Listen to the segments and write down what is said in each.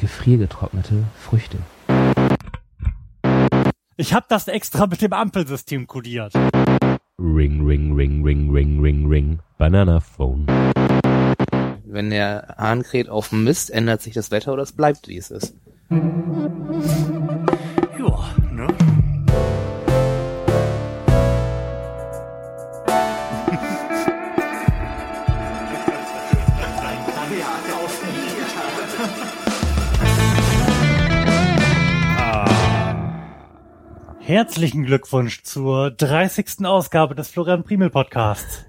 gefriergetrocknete Früchte. Ich habe das extra mit dem Ampelsystem kodiert. Ring, ring, ring, ring, ring, ring, ring. Banana Phone. Wenn der Hahn kräht auf dem Mist, ändert sich das Wetter oder es bleibt, wie es ist. Ja, ne? Herzlichen Glückwunsch zur 30. Ausgabe des Florian Primel Podcasts.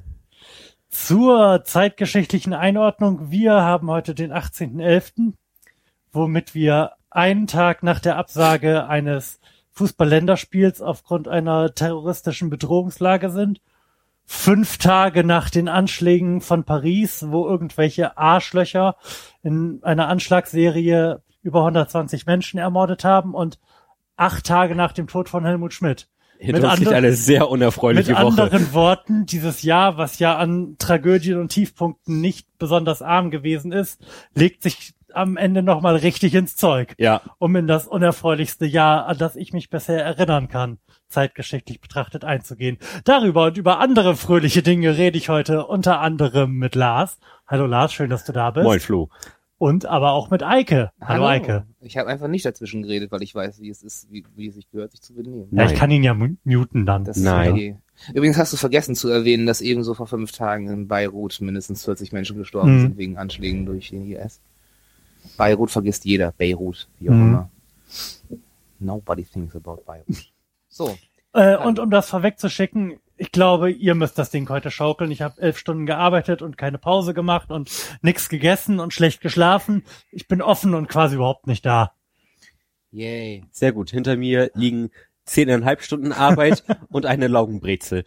Zur zeitgeschichtlichen Einordnung, wir haben heute den 18.11., womit wir einen Tag nach der Absage eines Fußball-Länderspiels aufgrund einer terroristischen Bedrohungslage sind, 5 Tage nach den Anschlägen von Paris, wo irgendwelche Arschlöcher in einer Anschlagsserie über 120 Menschen ermordet haben und 8 Tage nach dem Tod von Helmut Schmidt. Mit eine sehr unerfreuliche Woche. Mit anderen Worten, dieses Jahr, was ja an Tragödien und Tiefpunkten nicht besonders arm gewesen ist, legt sich am Ende nochmal richtig ins Zeug. Ja. Um in das unerfreulichste Jahr, an das ich mich bisher erinnern kann, zeitgeschichtlich betrachtet einzugehen. Darüber und über andere fröhliche Dinge rede ich heute unter anderem mit Lars. Hallo Lars, schön, dass du da bist. Moin Flo. Und aber auch mit Eike. Hallo Eike. Ich habe einfach nicht dazwischen geredet, weil ich weiß, wie es ist, wie es sich gehört, sich zu benehmen. Ja, ich kann ihn ja muten dann. Das ist okay. Übrigens hast du vergessen zu erwähnen, dass ebenso vor 5 Tagen in Beirut mindestens 40 Menschen gestorben sind wegen Anschlägen durch den IS. Beirut vergisst jeder. Beirut, wie auch immer. Nobody thinks about Beirut. So. Und um das vorwegzuschicken, ich glaube, ihr müsst das Ding heute schaukeln. Ich habe 11 Stunden gearbeitet und keine Pause gemacht und nichts gegessen und schlecht geschlafen. Ich bin offen und quasi überhaupt nicht da. Yay. Sehr gut. Hinter mir liegen 10,5 Stunden Arbeit und eine Laugenbrezel.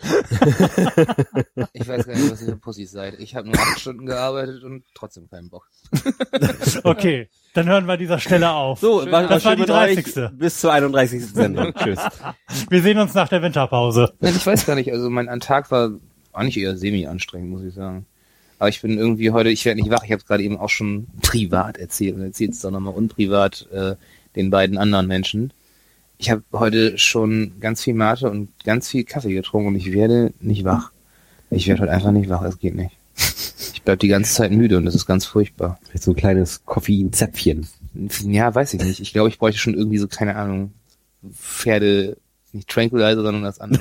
Ich weiß gar nicht, was ihr für Pussys seid. Ich habe nur 8 Stunden gearbeitet und trotzdem keinen Bock. Okay, dann hören wir an dieser Stelle auf. So, das war die 30. Bis zur 31. Sendung. Tschüss. Wir sehen uns nach der Winterpause. Ich weiß gar nicht, also mein Tag war eigentlich eher semi-anstrengend, muss ich sagen. Aber ich bin irgendwie heute, ich werde nicht wach, ich habe es gerade eben auch schon privat erzählt und erzähle es doch nochmal unprivat den beiden anderen Menschen. Ich habe heute schon ganz viel Mate und ganz viel Kaffee getrunken und ich werde nicht wach. Ich werde heute einfach nicht wach, das geht nicht. Ich bleib die ganze Zeit müde und das ist ganz furchtbar. Jetzt so ein kleines Koffeinzäpfchen. Ja, weiß ich nicht. Ich glaube, ich bräuchte schon irgendwie so, keine Ahnung, Pferde, nicht Tranquilizer, sondern das andere.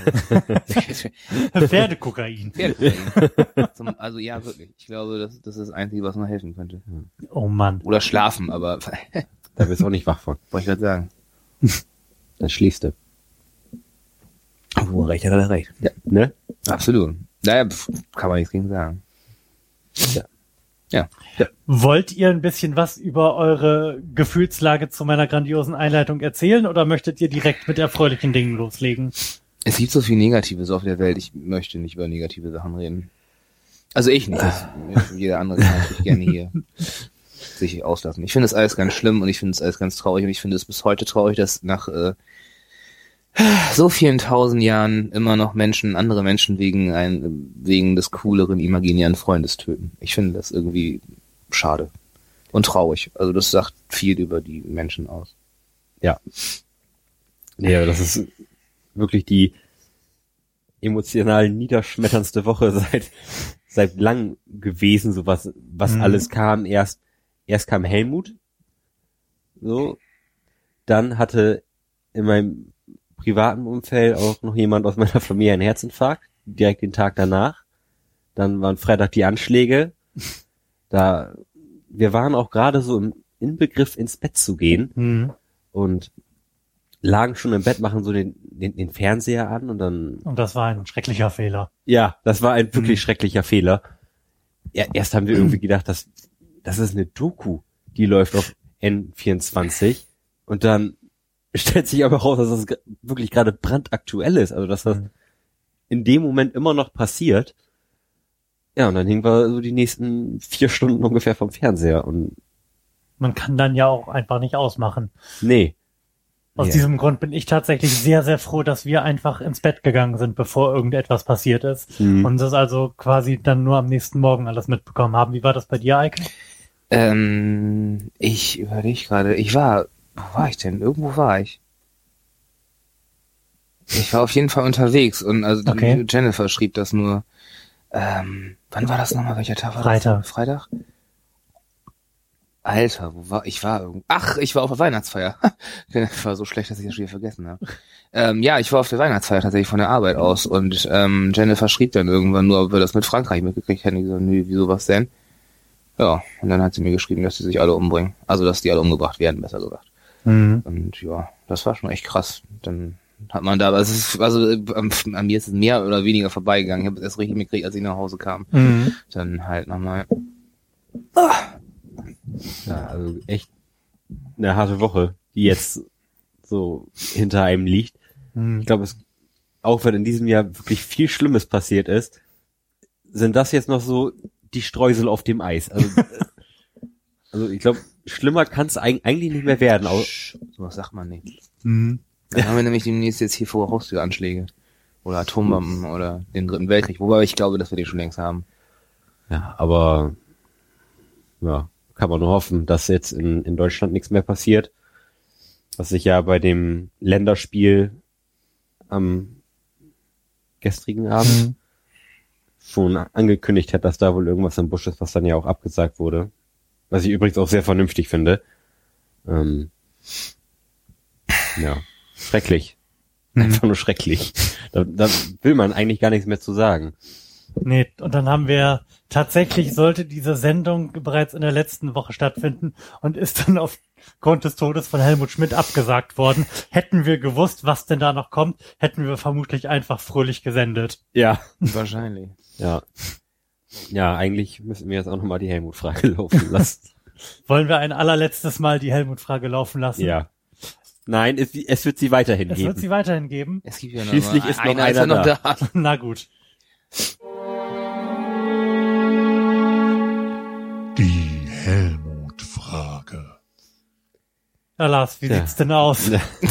Pferdekokain. Also ja, wirklich. Ich glaube, das ist das Einzige, was noch helfen könnte. Oh Mann. Oder schlafen, aber da wirst du auch nicht wach von. Wollte ich gerade sagen. Dann schläfst du. Wo recht hat er recht. Ja, ne? Absolut. Naja, kann man nichts gegen sagen. Ja. Wollt ihr ein bisschen was über eure Gefühlslage zu meiner grandiosen Einleitung erzählen oder möchtet ihr direkt mit erfreulichen Dingen loslegen? Es gibt so viel Negatives auf der Welt. Ich möchte nicht über negative Sachen reden. Also ich nicht. Jeder andere kann natürlich gerne hier sich auslassen. Ich finde das alles ganz schlimm und ich finde es alles ganz traurig und ich finde es bis heute traurig, dass nach so vielen 1000 Jahren immer noch andere Menschen wegen des cooleren imaginären Freundes töten. Ich finde das irgendwie schade und traurig. Also das sagt viel über die Menschen aus. Ja. Ja, das ist wirklich die emotional niederschmetterndste Woche seit lang gewesen, so was alles kam. Erst kam Helmut, so, dann hatte in meinem privaten Umfeld auch noch jemand aus meiner Familie einen Herzinfarkt, direkt den Tag danach. Dann waren Freitag die Anschläge. Wir waren auch gerade so im Inbegriff ins Bett zu gehen und lagen schon im Bett, machen so den Fernseher an und dann... Und das war ein schrecklicher Fehler. Ja, das war ein wirklich schrecklicher Fehler. Ja, erst haben wir irgendwie gedacht, das ist eine Doku, die läuft auf N24 und dann stellt sich aber raus, dass das wirklich gerade brandaktuell ist, also dass das in dem Moment immer noch passiert. Ja, und dann hingen wir so die nächsten 4 Stunden ungefähr vom Fernseher und man kann dann ja auch einfach nicht ausmachen. Nee. Aus diesem Grund bin ich tatsächlich sehr, sehr froh, dass wir einfach ins Bett gegangen sind, bevor irgendetwas passiert ist. Und das also quasi dann nur am nächsten Morgen alles mitbekommen haben. Wie war das bei dir, Eike? Ich überlege gerade, wo war ich denn? Irgendwo war ich. Ich war auf jeden Fall unterwegs und also Okay. Jennifer schrieb das nur. Wann war das nochmal? Welcher Tag war Freitag. das? Freitag? Alter, wo war ich? Ach, ich war auf der Weihnachtsfeier. Ich war so schlecht, dass ich das schon wieder vergessen habe. Ja, ich war auf der Weihnachtsfeier tatsächlich von der Arbeit aus und Jennifer schrieb dann irgendwann nur, ob wir das mit Frankreich mitgekriegt hätten. Ich gesagt, nö, wieso was denn? Ja, und dann hat sie mir geschrieben, dass die sich alle umbringen. Also, dass die alle umgebracht werden, besser gesagt. Mhm. Und ja, das war schon echt krass. Dann hat man da, an mir ist es mehr oder weniger vorbeigegangen. Ich habe es erst richtig mitgekriegt, als ich nach Hause kam. Mhm. Dann halt nochmal. Ja, also echt eine harte Woche, die jetzt so hinter einem liegt. Mhm. Ich glaube, auch wenn in diesem Jahr wirklich viel Schlimmes passiert ist, sind das jetzt noch so die Streusel auf dem Eis. Also ich glaube, schlimmer kann es eigentlich nicht mehr werden. Sowas sagt man nicht. Mhm. Dann haben wir nämlich demnächst jetzt hier vor Haustüranschläge. Oder Atombomben oder den Dritten Weltkrieg. Wobei ich glaube, dass wir den schon längst haben. Ja, aber ja, kann man nur hoffen, dass jetzt in Deutschland nichts mehr passiert. Was sich ja bei dem Länderspiel am gestrigen Abend schon angekündigt hat, dass da wohl irgendwas im Busch ist, was dann ja auch abgesagt wurde. Was ich übrigens auch sehr vernünftig finde. Ja, schrecklich. Einfach nur schrecklich. Da will man eigentlich gar nichts mehr zu sagen. Nee, und dann haben wir tatsächlich, sollte diese Sendung bereits in der letzten Woche stattfinden und ist dann aufgrund des Todes von Helmut Schmidt abgesagt worden. Hätten wir gewusst, was denn da noch kommt, hätten wir vermutlich einfach fröhlich gesendet. Ja. Wahrscheinlich. Ja. Ja, eigentlich müssen wir jetzt auch nochmal die Helmut-Frage laufen lassen. Wollen wir ein allerletztes Mal die Helmut-Frage laufen lassen? Ja. Nein, es wird sie weiterhin Es geben. wird sie weiterhin geben. Es gibt ja noch Schließlich mal ist noch einer einer noch da. da. Na gut. Die Helmut-Frage. Ja, Lars, wie Tja. sieht's denn aus?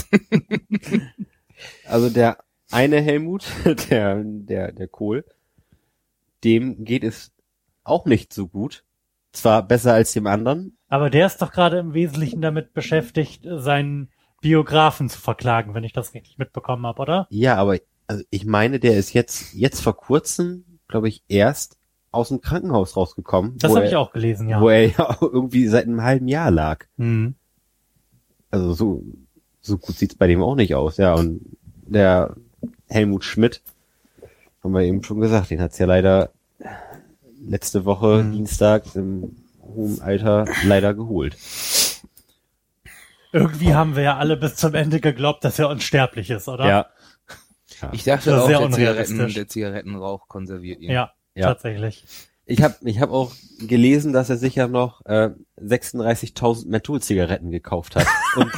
Also der eine Helmut, der Kohl, dem geht es auch nicht so gut. Zwar besser als dem anderen. Aber der ist doch gerade im Wesentlichen damit beschäftigt, seinen Biografen zu verklagen, wenn ich das richtig mitbekommen habe, oder? Ja, aber also ich meine, der ist jetzt vor kurzem, glaube ich, erst aus dem Krankenhaus rausgekommen. Das habe ich auch gelesen, ja. Wo er ja irgendwie seit einem halben Jahr lag. Mhm. Also so gut sieht's bei dem auch nicht aus, ja. Und der Helmut Schmidt, haben wir eben schon gesagt, den hat's ja leider letzte Woche, Dienstag, im hohen Alter leider geholt. Irgendwie haben wir ja alle bis zum Ende geglaubt, dass er unsterblich ist, oder? Ja. Ich dachte Das ist auch, sehr der unrealistisch. Zigarettenrauch konserviert ihn. Ja, Ja. tatsächlich. Ich hab auch gelesen, dass er sicher noch 36.000 Mentholzigaretten gekauft hat. Und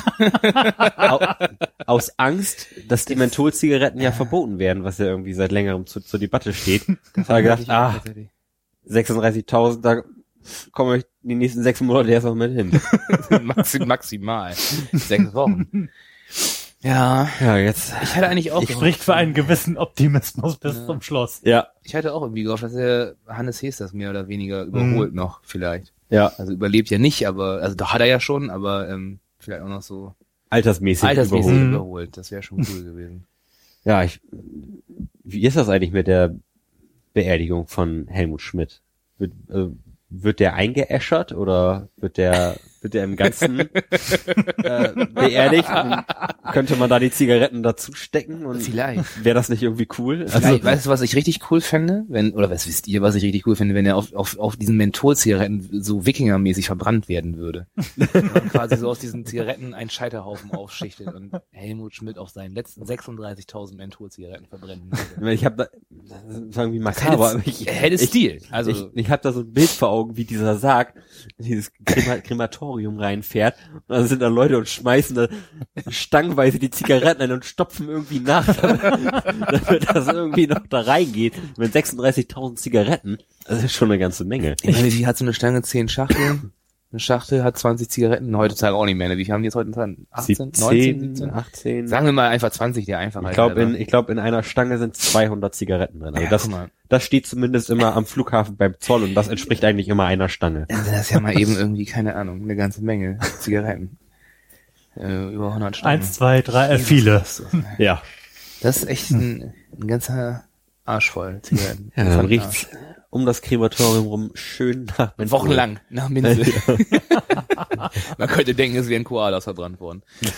aus Angst, dass die Mentholzigaretten ja verboten werden, was ja irgendwie seit längerem zur Debatte steht, hat er gedacht, 36.000, da komme ich die nächsten 6 Monate erst mal mit hin. Maximal. 6 Wochen. Ja. Ja, jetzt. Ich hatte eigentlich auch Spricht für einen gewissen Optimismus bis zum Schluss. Ja, Ich hatte auch irgendwie gehofft, dass der Hannes Hees das mehr oder weniger überholt noch, vielleicht. ja, Also überlebt ja nicht, aber, also doch hat er ja schon, aber vielleicht auch noch so altersmäßig altersmäßig überholt. überholt. Das wäre schon cool gewesen. Ja, wie ist das eigentlich mit der Beerdigung von Helmut Schmidt? Wird der eingeäschert oder wird der im Ganzen beerdigt? Und könnte man da die Zigaretten dazu stecken? Und Vielleicht. wäre das nicht irgendwie cool? Weißt du, was ich richtig cool fände? Was wisst ihr, was ich richtig cool finde, wenn er auf diesen Mentholzigaretten so Wikingermäßig verbrannt werden würde? Wenn man quasi so aus diesen Zigaretten einen Scheiterhaufen aufschichtet und Helmut Schmidt auf seinen letzten 36.000 Mentholzigaretten verbrennen würde. Ich habe das ist irgendwie makaber. aber Helles Stil. Also, ich habe da so ein Bild vor Augen, wie dieser Sarg in dieses Krematorium reinfährt und dann sind da Leute und schmeißen da stangenweise die Zigaretten ein und stopfen irgendwie nach, damit das irgendwie noch da reingeht. Mit 36.000 Zigaretten, das ist schon eine ganze Menge. ich meine, die hat so eine Stange 10 Schachteln. Eine Schachtel hat 20 Zigaretten, heutzutage auch nicht mehr. Ne? Wie viel haben die jetzt heute? 18, 19, 17? 18. Sagen wir mal einfach 20, der Einfachheit. Ich glaube, in einer Stange sind 200 Zigaretten drin. Also das steht zumindest immer am Flughafen beim Zoll und das entspricht eigentlich immer einer Stange. Dann sind das ja mal eben irgendwie, keine Ahnung, eine ganze Menge Zigaretten. Über 100 Stangen. 1, 2, 3, viele. Ja. Das ist echt ein ganzer Arsch voll Zigaretten. Ja, dann riecht's um das Krematorium rum schön nach Menthol. Wochenlang nach Minze. Man könnte denken, es wären Koalas verbrannt worden.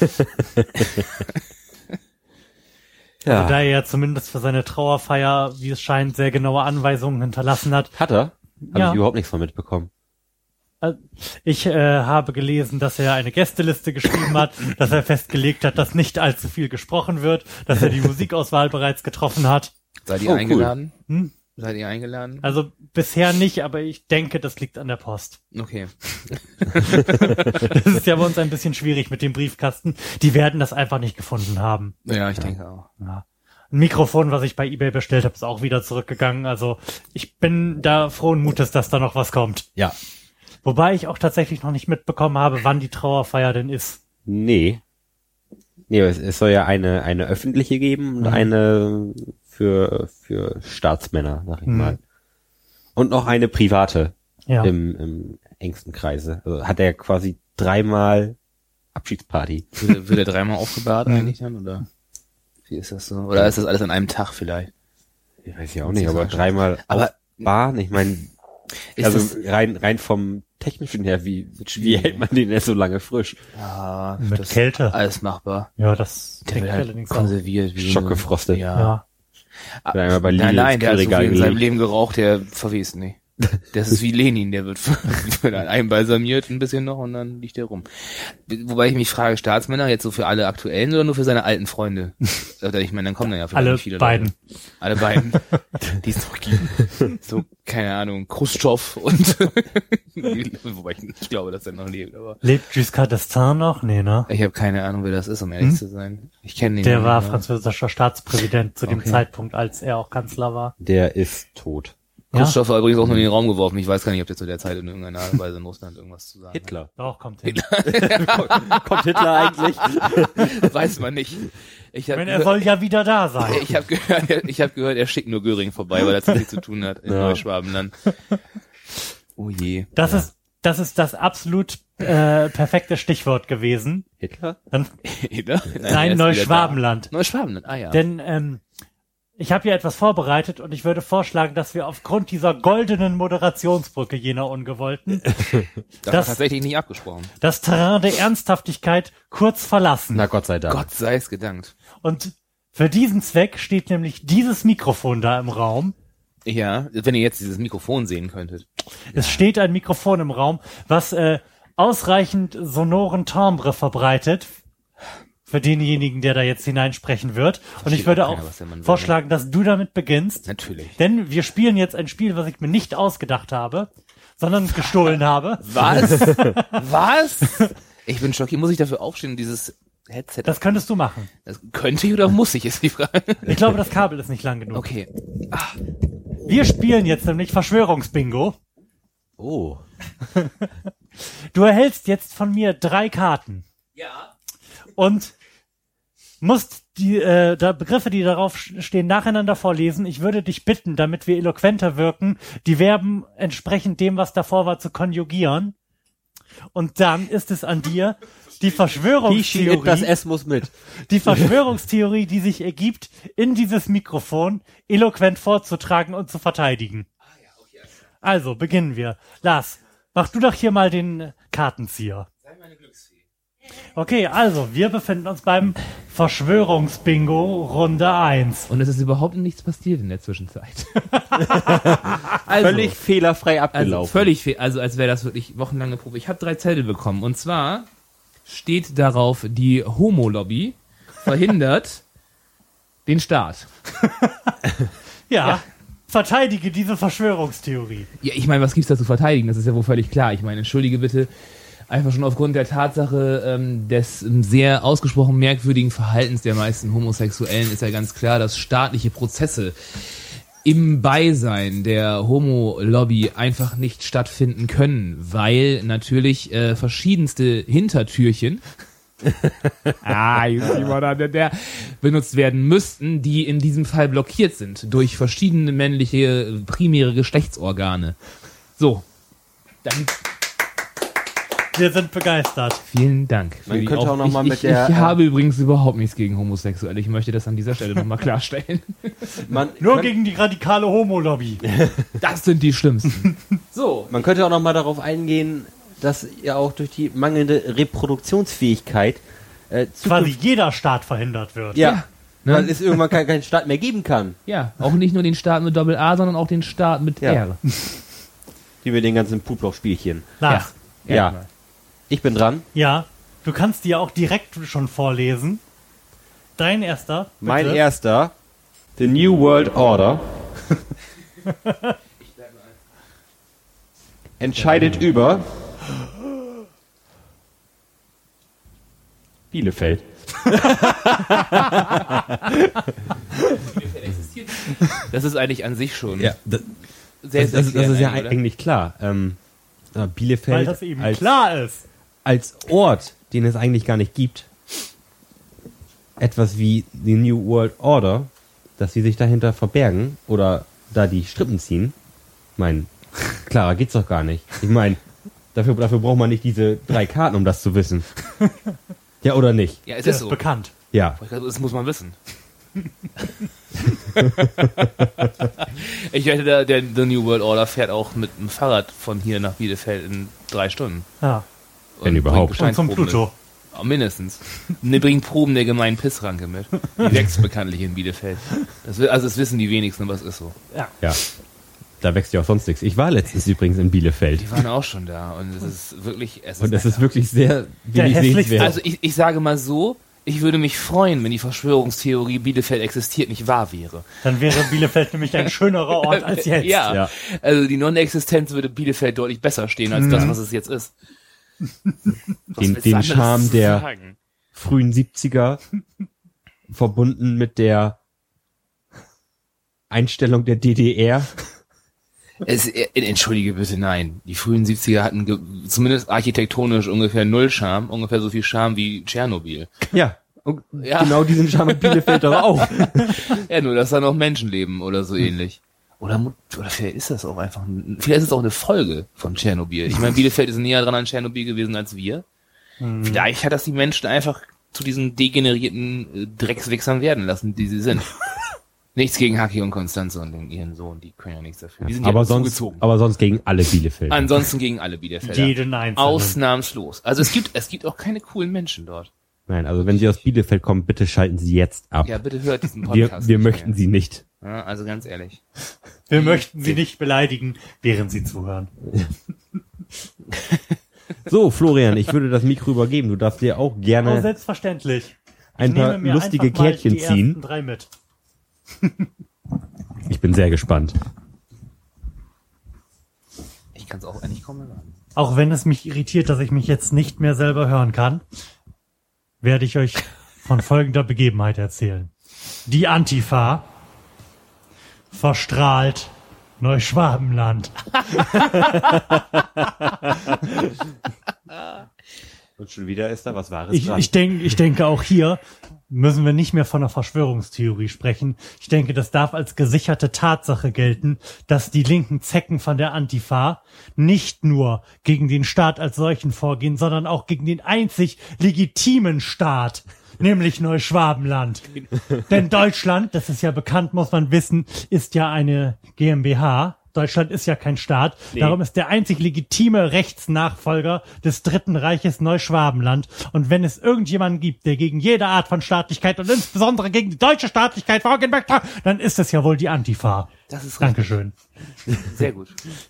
Ja. Also da er ja zumindest für seine Trauerfeier, wie es scheint, sehr genaue Anweisungen hinterlassen hat. Hat er? Habe Ja. ich überhaupt nichts von mitbekommen. Ich habe gelesen, dass er eine Gästeliste geschrieben hat, dass er festgelegt hat, dass nicht allzu viel gesprochen wird, dass er die Musikauswahl bereits getroffen hat. Seid ihr Oh, eingeladen? Hm? Seid ihr eingeladen? Also bisher nicht, aber ich denke, das liegt an der Post. Okay. Das ist ja bei uns ein bisschen schwierig mit dem Briefkasten. Die werden das einfach nicht gefunden haben. Ja, ich denke auch. Ja. Ein Mikrofon, was ich bei eBay bestellt habe, ist auch wieder zurückgegangen. Also ich bin da frohen Mutes, dass da noch was kommt. Ja. Wobei ich auch tatsächlich noch nicht mitbekommen habe, wann die Trauerfeier denn ist. Nee, es soll ja eine öffentliche geben und eine für Staatsmänner, sag ich mal. Und noch eine private Ja. im engsten Kreise. Also hat er quasi 3-mal Abschiedsparty. Wird er 3-mal aufgebahrt eigentlich dann, oder? Wie ist das so? Oder ist das alles an einem Tag vielleicht? Ich weiß ja auch nicht, aber 3-mal Aber aufbahren, ich meine, ist also das, rein vom technischen her, wie hält man den denn so lange frisch? ja, Mit das Kälte. ist alles machbar. Ja, das Der denke wird ich halt allerdings auch. konserviert. Wie Schockgefrostet. Ja. Ja. Wird einmal bei Lidl Nein, ins der hat so Kühlregal viel in seinem gelegt. Leben geraucht, der verwest nicht. Das ist wie Lenin, der wird einbalsamiert ein bisschen noch und dann liegt der rum. Wobei ich mich frage, Staatsmänner jetzt so für alle Aktuellen oder nur für seine alten Freunde? Oder ich meine, dann kommen da ja vielleicht Alle nicht viele beiden. Leute. Alle beiden. Die es noch gibt. So, keine Ahnung, Khrushchev und wobei ich glaube, dass er noch lebt, aber Lebt Giscard d'Estaing noch? Nee, ne? ich habe keine Ahnung, wer das ist, um ehrlich zu sein. Ich kenne den Der nicht, war ne? französischer Staatspräsident zu dem Okay. Zeitpunkt, als er auch Kanzler war. Der ist tot. Ja? Khrushchev war übrigens auch nur in den Raum geworfen. Ich weiß gar nicht, ob der zu der Zeit in irgendeiner Art und Weise in Russland irgendwas zu sagen Hitler. Doch, kommt hin. Kommt Hitler eigentlich? hat. Weiß man nicht. Ich habe Er soll ja wieder da sein. gehört, er schickt nur Göring vorbei, weil er zu viel zu tun hat in Ja. Neuschwabenland. Oh je. Das ist das absolut perfekte Stichwort gewesen. Hitler? Dann, Nein, nein, Neuschwabenland. Neuschwabenland, ah ja. Denn ich habe hier etwas vorbereitet und ich würde vorschlagen, dass wir aufgrund dieser goldenen Moderationsbrücke jener Ungewollten das war tatsächlich nicht abgesprochen. das Terrain der Ernsthaftigkeit kurz verlassen. Na Gott sei Dank. Gott sei es gedankt. Und für diesen Zweck steht nämlich dieses Mikrofon da im Raum. Ja, wenn ihr jetzt dieses Mikrofon sehen könntet. Es steht ein Mikrofon im Raum, was ausreichend sonoren Timbre verbreitet für denjenigen, der da jetzt hineinsprechen wird. Und ich würde auch auch keiner, was der Mann vorschlagen, dass du damit beginnst. Natürlich. Denn wir spielen jetzt ein Spiel, was ich mir nicht ausgedacht habe, sondern gestohlen habe. Was? Was? Ich bin schockiert. Muss ich dafür aufstehen und dieses Headset? Das könntest du machen. Das könnte ich oder muss ich, ist die Frage. Ich glaube, das Kabel ist nicht lang genug. Okay. Wir spielen jetzt nämlich Verschwörungsbingo. Oh. Du erhältst jetzt von mir 3 Karten. Ja. Und musst die Begriffe, die darauf stehen, nacheinander vorlesen. Ich würde dich bitten, damit wir eloquenter wirken, die Verben entsprechend dem, was davor war, zu konjugieren. Und dann ist es an dir, die Das Verschwörungstheorie, S muss mit. die Verschwörungstheorie, die sich ergibt, in dieses Mikrofon eloquent vorzutragen und zu verteidigen. Also, beginnen wir. Lars, mach du doch hier mal den Kartenzieher. Sei meine Glücksfee. Okay, also, wir befinden uns beim Verschwörungsbingo Runde 1. Und es ist überhaupt nichts passiert in der Zwischenzeit. Völlig fehlerfrei Also abgelaufen. völlig, also als wäre das wirklich wochenlange Probe. Ich habe 3 Zettel bekommen und zwar steht darauf, die Homo-Lobby verhindert den Staat. Ja, verteidige diese Verschwörungstheorie. Ja, ich meine, was gibt's da zu verteidigen? Das ist ja wohl völlig klar. Ich meine, entschuldige bitte, einfach schon aufgrund der Tatsache des sehr ausgesprochen merkwürdigen Verhaltens der meisten Homosexuellen ist ja ganz klar, dass staatliche Prozesse im Beisein der Homo-Lobby einfach nicht stattfinden können, weil natürlich verschiedenste Hintertürchen der benutzt werden müssten, die in diesem Fall blockiert sind durch verschiedene männliche primäre Geschlechtsorgane. So, dann Wir sind begeistert. vielen Dank. Man könnte auch noch mal mit ich habe übrigens überhaupt nichts gegen Homosexuelle. Ich möchte das an dieser Stelle nochmal klarstellen. Nur gegen die radikale Homo-Lobby. Das sind die Schlimmsten. So. Man könnte auch noch mal darauf eingehen, dass ja auch durch die mangelnde Reproduktionsfähigkeit Quasi jeder Staat verhindert wird. ja, Ne? weil es irgendwann keinen Staat mehr geben kann, Ja, auch nicht nur den Staat mit Doppel-A, sondern auch den Staat mit Ja. R. wie wir den ganzen Putloch-Spielchen. Lars, Ja. Ich bin dran. ja, du kannst dir auch direkt schon vorlesen. Dein erster. Bitte. Mein erster, The New World Order, entscheidet über Bielefeld. Das ist eigentlich an sich schon Ja, das sehr ist ja oder? eigentlich klar. Bielefeld Weil das eben als, klar ist. als Ort, den es eigentlich gar nicht gibt, etwas wie die New World Order, dass sie sich dahinter verbergen oder da die Strippen ziehen. Ich meine, klarer geht's doch gar nicht. Ich meine, dafür braucht man nicht diese 3 Karten, um das zu wissen. Ja, oder nicht? Ja, es Das ist ist so. bekannt. Ja. Das muss man wissen. Ich wette, der The New World Order fährt auch mit dem Fahrrad von hier nach Bielefeld in 3 Stunden. Ja. Wenn Und überhaupt. bringt Und zum Besteinsproben Pluto. mit. Oh, mindestens. Ne, bringt Proben der gemeinen Pissranke mit. Die wächst bekanntlich in Bielefeld. Das wissen die wenigsten, aber es ist so. Ja. Da wächst ja auch sonst nichts. Ich war letztens übrigens in Bielefeld. Die waren auch schon da und es ist wirklich... Und das ist wirklich sehr wenig hässlichste- sehenswert. Also ich sage mal so, ich würde mich freuen, wenn die Verschwörungstheorie Bielefeld existiert nicht wahr wäre. Dann wäre Bielefeld nämlich ein schönerer Ort als jetzt. Ja, Ja. also die Non-Existenz würde Bielefeld deutlich besser stehen als das, was es jetzt ist. Was Den willst du anderes Charme der sagen? frühen 70er verbunden mit der Einstellung der DDR. Entschuldige bitte, nein. Die frühen 70er hatten zumindest architektonisch ungefähr null Charme, ungefähr so viel Charme wie Tschernobyl. Ja. Und Ja. genau diesen Charme hat Bielefeld doch auch. Ja, nur dass da noch Menschen leben oder so ähnlich. Oder vielleicht ist das auch einfach, vielleicht ist es auch eine Folge von Tschernobyl. Ich meine, Bielefeld ist näher dran an Tschernobyl gewesen als wir. Vielleicht hat das die Menschen einfach zu diesen degenerierten Dreckswichsern werden lassen, die sie sind. Nichts gegen Haki und Konstanze und ihren Sohn, die können ja nichts dafür. Die sind aber ja sonst zugezogen. gegen alle Bielefeld. Ansonsten gegen alle Bielefelder. Jeden einzelnen. Ausnahmslos. Also es gibt auch keine coolen Menschen dort. Nein, also wenn Sie aus Bielefeld kommen, bitte schalten Sie jetzt ab. Ja, bitte hört diesen wir Podcast. wir nicht möchten mehr. Sie nicht. Ja, also ganz ehrlich. Wir möchten Sie nicht beleidigen, während Sie zuhören. So, Florian, ich würde das Mikro übergeben. Du darfst dir auch Oh, gerne selbstverständlich. ein Ich paar nehme mir lustige einfach mal Kärtchen die ersten ziehen. 3 mit. Ich bin sehr gespannt. Ich kann es auch eigentlich kaum mehr sagen. Auch wenn es mich irritiert, dass ich mich jetzt nicht mehr selber hören kann, werde ich euch von folgender Begebenheit erzählen. Die Antifa verstrahlt Neuschwabenland. Und schon wieder ist da was Wahres Ich denke auch hier müssen wir nicht mehr von einer Verschwörungstheorie sprechen. Ich denke, das darf als gesicherte Tatsache gelten, dass die linken Zecken von der Antifa nicht nur gegen den Staat als solchen vorgehen, sondern auch gegen den einzig legitimen Staat, nämlich Neuschwabenland. Denn Deutschland, das ist ja bekannt, muss man wissen, ist ja eine GmbH. Deutschland ist ja kein Staat. Nee. Darum ist der einzig legitime Rechtsnachfolger des Dritten Reiches Neuschwabenland. Und wenn es irgendjemanden gibt, der gegen jede Art von Staatlichkeit und insbesondere gegen die deutsche Staatlichkeit vorgehen möchte, dann ist es ja wohl die Antifa. Das ist Dankeschön. sehr gut.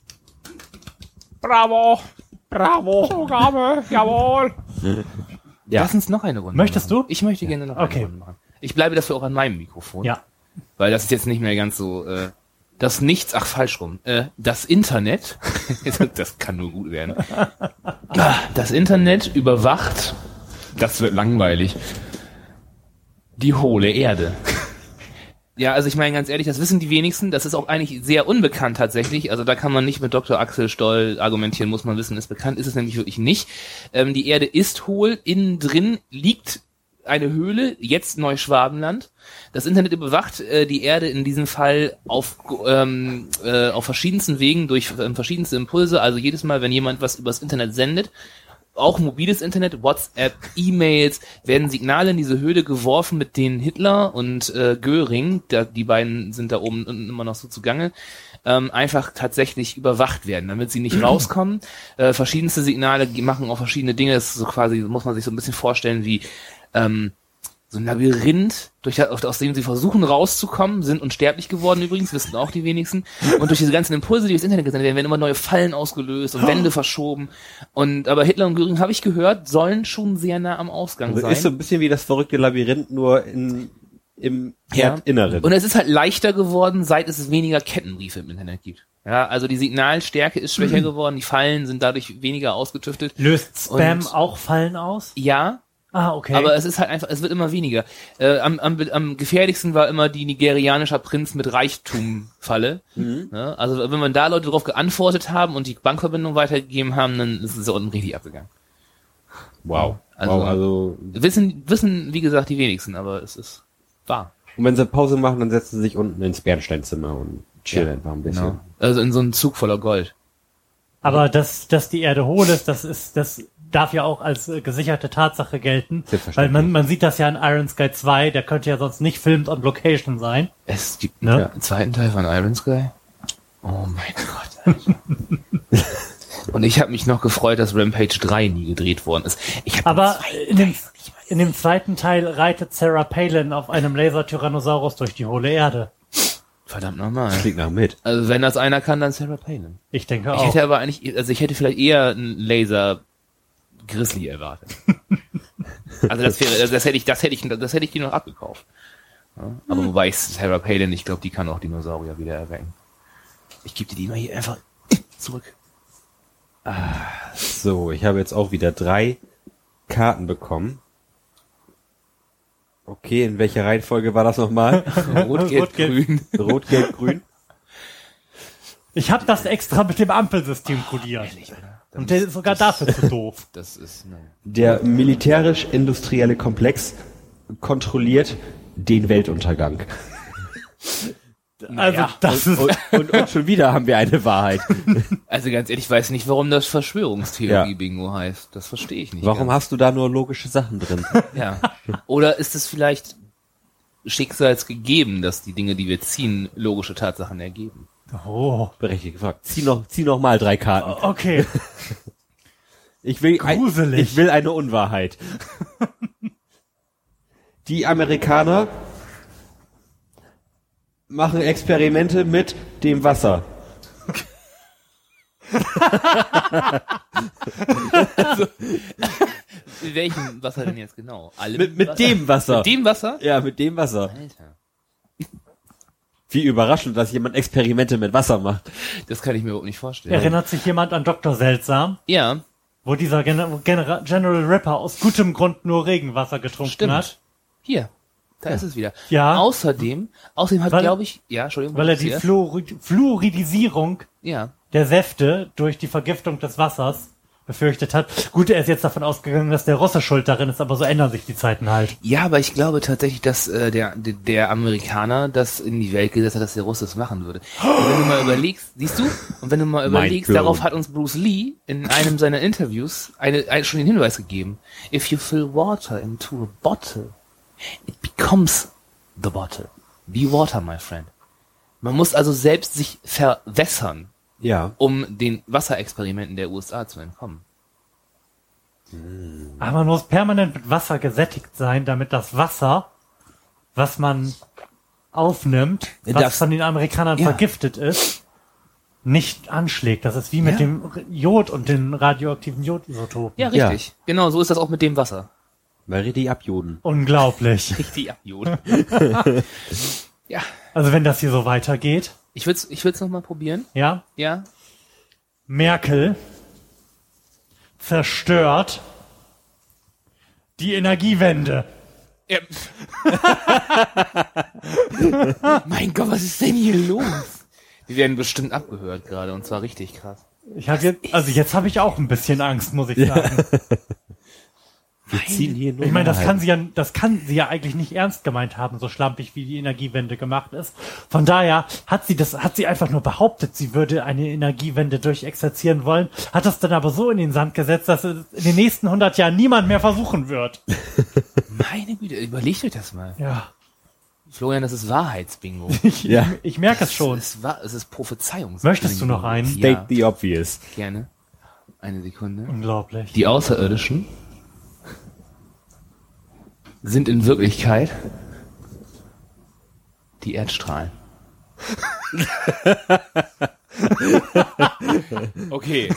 Bravo! Bravo! Zugabe! Jawohl! Ja. Lass uns noch eine Runde Möchtest machen. du? Ich möchte gerne noch Okay. eine Runde machen. Ich bleibe dafür auch an meinem Mikrofon. Ja. Weil das ist jetzt nicht mehr ganz so, falsch rum. Das Internet, das kann nur gut werden. Das Internet überwacht, das wird langweilig, die hohle Erde. Ja, also ich meine ganz ehrlich, das wissen die wenigsten. Das ist auch eigentlich sehr unbekannt tatsächlich. Also da kann man nicht mit Dr. Axel Stoll argumentieren, muss man wissen, ist bekannt. Ist es nämlich wirklich nicht. Die Erde ist hohl. Innen drin liegt eine Höhle, jetzt Neuschwabenland. Das Internet überwacht die Erde in diesem Fall auf verschiedensten Wegen, durch verschiedenste Impulse. Also jedes Mal, wenn jemand was übers Internet sendet, auch mobiles Internet, WhatsApp, E-Mails, werden Signale in diese Höhle geworfen, mit denen Hitler und Göring, die beiden sind da oben unten immer noch so zugange, einfach tatsächlich überwacht werden, damit sie nicht rauskommen. Verschiedenste Signale machen auch verschiedene Dinge. Das ist so quasi, muss man sich so ein bisschen vorstellen wie so ein Labyrinth, aus dem sie versuchen rauszukommen, sind unsterblich geworden übrigens, wissen auch die wenigsten. Und durch diese ganzen Impulse, die durchs Internet gesendet werden immer neue Fallen ausgelöst und Wände verschoben. Aber Hitler und Göring, habe ich gehört, sollen schon sehr nah am Ausgang Also sein. ist so ein bisschen wie das verrückte Labyrinth, nur im Erdinneren. Und es ist halt leichter geworden, seit es weniger Kettenbriefe im Internet gibt. Ja, also die Signalstärke ist schwächer geworden, die Fallen sind dadurch weniger ausgetüftet. Löst Spam auch Fallen aus? Ja. Ah, okay. Aber es ist halt einfach, es wird immer weniger. Am gefährlichsten war immer die nigerianischer Prinz mit Reichtum-Falle. Ja, also wenn man da Leute darauf geantwortet haben und die Bankverbindung weitergegeben haben, dann ist es unten richtig abgegangen. Wow. Also wissen, wie gesagt, die wenigsten, aber es ist wahr. Und wenn sie Pause machen, dann setzen sie sich unten ins Bernsteinzimmer und chillen einfach ein bisschen. Genau. Also in so einen Zug voller Gold. Aber dass die Erde hohl ist, das darf ja auch als gesicherte Tatsache gelten. Weil man sieht das ja in Iron Sky 2, der könnte ja sonst nicht filmed on location sein. Es gibt einen zweiten Teil von Iron Sky. Oh mein Gott, Alter. Und ich habe mich noch gefreut, dass Rampage 3 nie gedreht worden ist. Aber in dem zweiten Teil reitet Sarah Palin auf einem Laser-Tyrannosaurus durch die hohle Erde. Verdammt nochmal. Klingt nach mit. Also wenn das einer kann, dann Sarah Palin. Ich denke auch. Ich hätte vielleicht eher einen Laser Grizzly erwartet. Also das hätte ich dir noch abgekauft. Ja, aber wobei Sarah Palin, ich glaube, die kann auch Dinosaurier wieder erwecken. Ich gebe dir die mal hier einfach zurück. So, ich habe jetzt auch wieder 3 Karten bekommen. Okay, in welcher Reihenfolge war das nochmal? Rot, Gelb, Grün. Rot, Gelb, Grün. Ich habe das extra mit dem Ampelsystem kodiert. Ehrlich, oder? Und der ist sogar dafür zu doof. Das ist, Der militärisch-industrielle Komplex kontrolliert den Weltuntergang. Also das ist... Und schon wieder haben wir eine Wahrheit. Also ganz ehrlich, ich weiß nicht, warum das Verschwörungstheorie-Bingo heißt. Das verstehe ich nicht. Warum hast du da nur logische Sachen drin? Ja. Oder ist es vielleicht schicksalsgegeben, dass die Dinge, die wir ziehen, logische Tatsachen ergeben? Oh. Berechtigt gefragt. Zieh noch mal 3 Karten. Okay. Ich will Gruselig. eine Unwahrheit. Die Amerikaner machen Experimente mit dem Wasser. Also, mit welchem Wasser denn jetzt genau? Mit dem Wasser. Mit dem Wasser? Ja, mit dem Wasser. Alter. Wie überraschend, dass jemand Experimente mit Wasser macht. Das kann ich mir überhaupt nicht vorstellen. Erinnert sich jemand an Dr. Seltsam? Ja. Wo dieser General Ripper aus gutem Grund nur Regenwasser getrunken Stimmt. hat? Hier. Da ist es wieder. Ja. Außerdem hat, glaube ich, ja, Entschuldigung. Weil er die Fluoridisierung ja. der Säfte durch die Vergiftung des Wassers befürchtet hat. Gut, er ist jetzt davon ausgegangen, dass der Russe schuld darin ist, aber so ändern sich die Zeiten halt. Ja, aber ich glaube tatsächlich, dass der Amerikaner das in die Welt gesetzt hat, dass der Russe es machen würde. Und wenn du mal überlegst, siehst du? Und wenn du mal überlegst, darauf hat uns Bruce Lee in einem seiner Interviews schon den Hinweis gegeben. If you fill water into a bottle, it becomes the bottle. Be water, my friend. Man muss also selbst sich verwässern, Ja. um den Wasserexperimenten der USA zu entkommen. Aber man muss permanent mit Wasser gesättigt sein, damit das Wasser, was man aufnimmt, was von den Amerikanern vergiftet ist, nicht anschlägt. Das ist wie mit dem Jod und den radioaktiven Jodisotopen. Ja, richtig. Ja. Genau, so ist das auch mit dem Wasser. Mal richtig abjoden. Unglaublich. Richtig abjoden. Ja. Also wenn das hier so weitergeht. Ich würd's noch mal probieren. Ja? Ja. Merkel zerstört die Energiewende. Ja. Mein Gott, was ist denn hier los? Wir werden bestimmt abgehört gerade und zwar richtig krass. Jetzt habe ich auch ein bisschen Angst, muss ich sagen. Wir ziehen hier nur Ich meine, das Wahrheiten. kann sie ja eigentlich nicht ernst gemeint haben, so schlampig wie die Energiewende gemacht ist. Von daher hat sie einfach nur behauptet, sie würde eine Energiewende durchexerzieren wollen, hat das dann aber so in den Sand gesetzt, dass es in den nächsten 100 Jahren niemand mehr versuchen wird. Meine Güte, überlegt euch das mal. Ja. Florian, das ist Wahrheitsbingo. Ich merke es schon. Es ist Prophezeiungsbingo. Möchtest du noch einen? State the obvious. Gerne. Eine Sekunde. Unglaublich. Die Außerirdischen sind in Wirklichkeit die Erdstrahlen. Okay.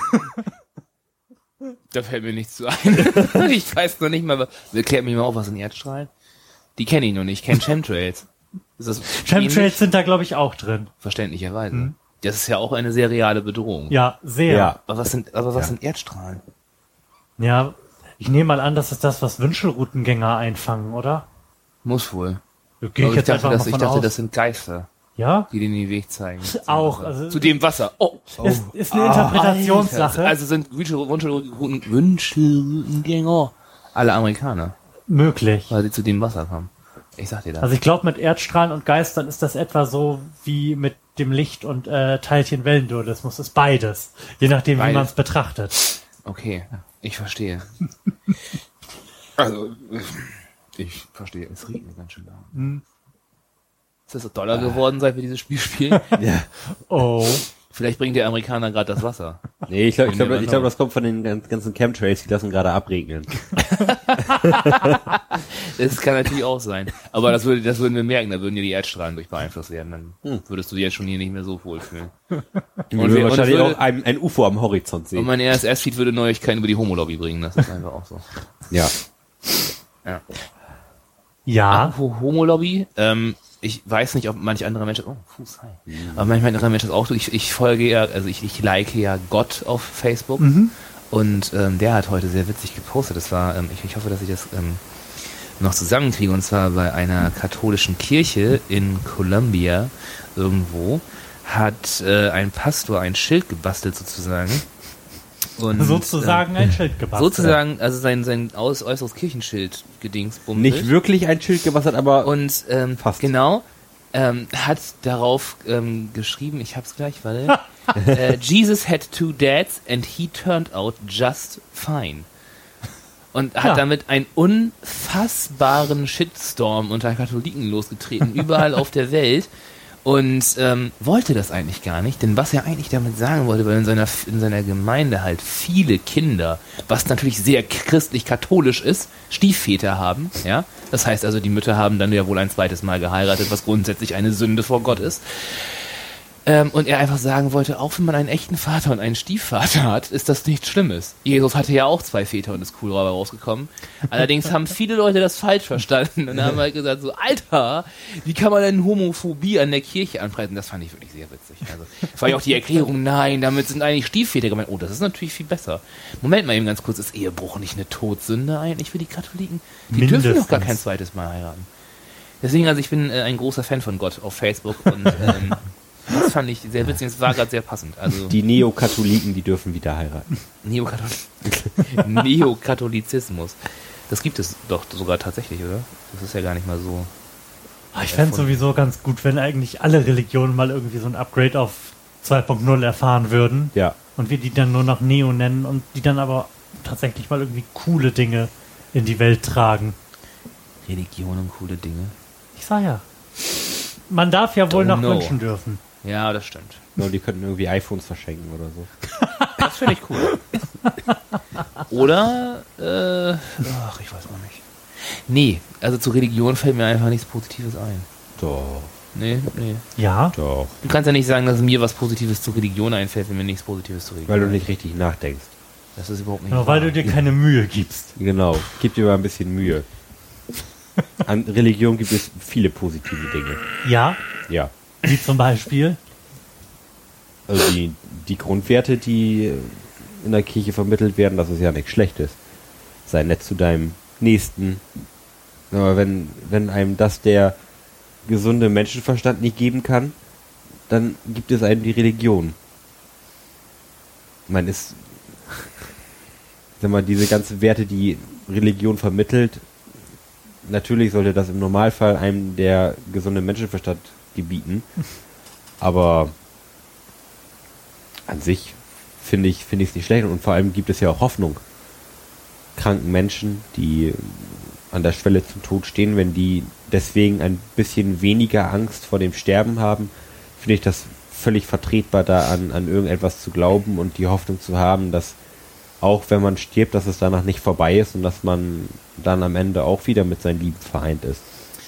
Da fällt mir nichts zu ein. Ich weiß noch nicht mal, erklärt mir mal auf, was sind Erdstrahlen? Die kenne ich noch nicht. Ich kenne Chemtrails. Ist das Chemtrails ähnlich? sind da, glaube ich, auch drin. Verständlicherweise. Das ist ja auch eine sehr reale Bedrohung. Ja, sehr. Ja. Aber was sind Erdstrahlen? Ja, ich nehme mal an, das ist das, was Wünschelroutengänger einfangen, oder? Muss wohl. Gehe Aber ich jetzt einfach mal ich von dachte, aus. das sind Geister, Ja? die dir den Weg zeigen. Auch, Wasser. also- Zu dem Wasser. Oh. Ist eine Interpretationssache. Also sind Wünschelroutengänger alle Amerikaner, Möglich. weil sie zu dem Wasser kommen. Ich sag dir das. Also ich glaube, mit Erdstrahlen und Geistern ist das etwa so wie mit dem Licht- und Teilchen-Wellendualismus. Ist beides. Je nachdem, wie Beides. man es betrachtet. Okay, ich verstehe. Also, ich verstehe. Es regnet ganz schön da. Ist das so doller geworden, seit wir dieses Spiel spielen? Ja. Oh. Vielleicht bringt der Amerikaner gerade das Wasser. Nee, ich glaube, das kommt von den ganzen Chemtrails, die lassen gerade abregnen. Das kann natürlich auch sein. Aber das würden wir merken, da würden ja die Erdstrahlen durch beeinflusst werden. Dann würdest du dich jetzt schon hier nicht mehr so wohlfühlen. Und wir wahrscheinlich würde- auch ein UFO am Horizont Und sehen. mein RSS-Feed würde Neuigkeiten über die Homolobby bringen. Das ist einfach auch so. Ja. Ja. Ja. Apropos Homolobby, ich weiß nicht, ob manch andere Menschen, Fuß, hi. Aber manch andere Menschen das auch so. Ich folge ja, also ich like ja Gott auf Facebook. Und der hat heute sehr witzig gepostet. Das war, ich hoffe, dass ich das noch zusammenkriege. Und zwar bei einer katholischen Kirche in Columbia irgendwo hat ein Pastor ein Schild gebastelt sozusagen. Und, Sozusagen ein Schild gebastelt. sozusagen, also sein äußeres Kirchenschild gedingsbummt. Nicht wirklich ein Schild gebastelt, aber Und fast. genau, hat darauf geschrieben, ich hab's gleich, warte. Jesus had 2 dads and he turned out just fine. Und hat Ja. damit einen unfassbaren Shitstorm unter Katholiken losgetreten, überall auf der Welt. Und wollte das eigentlich gar nicht, denn was er eigentlich damit sagen wollte, weil in seiner Gemeinde halt viele Kinder, was natürlich sehr christlich-katholisch ist, Stiefväter haben, ja. Das heißt also, die Mütter haben dann ja wohl ein zweites Mal geheiratet, was grundsätzlich eine Sünde vor Gott ist. Und er einfach sagen wollte, auch wenn man einen echten Vater und einen Stiefvater hat, ist das nichts Schlimmes. Jesus hatte ja auch 2 Väter und ist cool dabei rausgekommen. Allerdings haben viele Leute das falsch verstanden und haben halt gesagt so, Alter, wie kann man denn Homophobie an der Kirche anpreisen? Das fand ich wirklich sehr witzig. Also, das war ja auch die Erklärung, nein, damit sind eigentlich Stiefväter gemeint. Oh, das ist natürlich viel besser. Moment mal eben ganz kurz, ist Ehebruch nicht eine Todsünde eigentlich für die Katholiken? Die dürfen doch gar kein zweites Mal heiraten. Deswegen, also ich bin ein großer Fan von Gott auf Facebook und das fand ich sehr witzig, es war gerade sehr passend. Also die Neokatholiken, die dürfen wieder heiraten. Neokatholizismus. Das gibt es doch sogar tatsächlich, oder? Das ist ja gar nicht mal so. Ich fände es sowieso ganz gut, wenn eigentlich alle Religionen mal irgendwie so ein Upgrade auf 2.0 erfahren würden. Ja. Und wir die dann nur noch Neo nennen und die dann aber tatsächlich mal irgendwie coole Dinge in die Welt tragen. Religion und coole Dinge. Ich sag ja. Man darf ja wohl Don't noch know. wünschen dürfen. Ja, das stimmt. Nur die könnten irgendwie iPhones verschenken oder so. Das finde ich cool. Oder, ich weiß noch nicht. Nee, also zu Religion fällt mir einfach nichts Positives ein. Doch, Nee. Ja? doch. Du kannst ja nicht sagen, dass mir was Positives zu Religion einfällt, wenn mir nichts Positives zu Religion Weil du nicht richtig nachdenkst. Das ist überhaupt nicht Nur wahr. weil du dir keine Mühe gibst. Genau. Gib dir mal ein bisschen Mühe. An Religion gibt es viele positive Dinge. Ja? Ja. Wie zum Beispiel? Also die Grundwerte, die in der Kirche vermittelt werden, das ist ja nichts Schlechtes. Sei nett zu deinem Nächsten, Aber wenn einem das der gesunde Menschenverstand nicht geben kann, dann gibt es einem die Religion. Man ist, sag mal, diese ganzen Werte, die Religion vermittelt, natürlich sollte das im Normalfall einem der gesunde Menschenverstand gebieten, aber an sich finde ich es nicht schlecht und vor allem gibt es ja auch Hoffnung. Kranken Menschen, die an der Schwelle zum Tod stehen, wenn die deswegen ein bisschen weniger Angst vor dem Sterben haben, finde ich das völlig vertretbar, da an irgendetwas zu glauben und die Hoffnung zu haben, dass auch wenn man stirbt, dass es danach nicht vorbei ist und dass man dann am Ende auch wieder mit seinen Lieben vereint ist.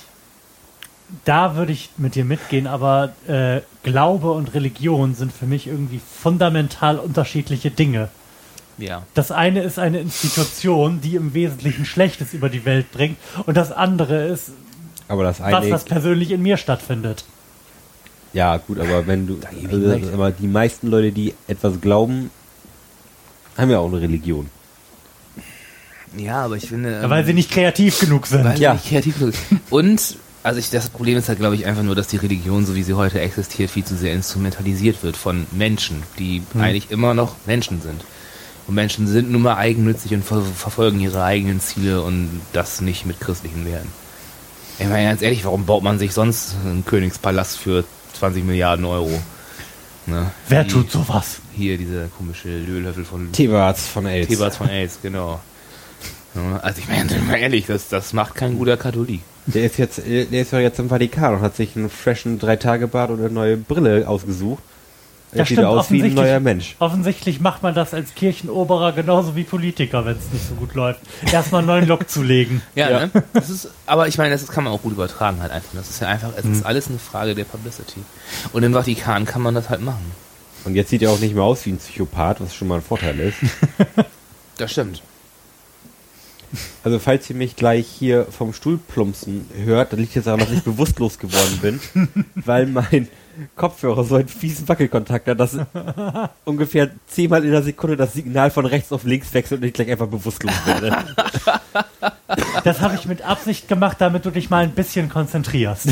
Da würde ich mit dir mitgehen, aber Glaube und Religion sind für mich irgendwie fundamental unterschiedliche Dinge. Ja. Das eine ist eine Institution, die im Wesentlichen Schlechtes über die Welt bringt und das andere ist Aber das eine, was persönlich in mir stattfindet. ja gut, aber wenn du, aber die meisten Leute, die etwas glauben, haben ja auch eine Religion. Ja, aber ich finde... Weil sie nicht kreativ genug sind. Weil Ja. nicht kreativ genug. Und, also das Problem ist halt, glaube ich, einfach nur, dass die Religion, so wie sie heute existiert, viel zu sehr instrumentalisiert wird von Menschen, die eigentlich immer noch Menschen sind. Und Menschen sind nun mal eigennützig und verfolgen ihre eigenen Ziele und das nicht mit christlichen Werten. Ich meine, ganz ehrlich, warum baut man sich sonst einen Königspalast für 20 Milliarden Euro? Ne? Wer tut sowas? Hier diese komische Löhlöffel von Thebarts von Els. Thebarts von AIDS, genau. Ja, also ich meine, mal ehrlich, das macht kein guter Katholik. Der ist ja jetzt im Vatikan und hat sich einen freshen 3-Tage-Bart und eine neue Brille ausgesucht. Ja, Jetzt sieht stimmt, er aus wie ein neuer Mensch. Offensichtlich macht man das als Kirchenoberer genauso wie Politiker, wenn es nicht so gut läuft. Erstmal einen neuen Look zulegen. Ja, Ja. ne? Das ist, aber ich meine, das kann man auch gut übertragen halt einfach. Das ist ja einfach, es ist alles eine Frage der Publicity. Und im Vatikan kann man das halt machen. Und jetzt sieht er auch nicht mehr aus wie ein Psychopath, was schon mal ein Vorteil ist. Das stimmt. Also falls ihr mich gleich hier vom Stuhl plumpsen hört, dann liegt es daran, dass ich bewusstlos geworden bin, weil mein Kopfhörer so einen fiesen Wackelkontakt hat, dass ungefähr 10-mal in der Sekunde das Signal von rechts auf links wechselt und ich gleich einfach bewusstlos werde. Das habe ich mit Absicht gemacht, damit du dich mal ein bisschen konzentrierst.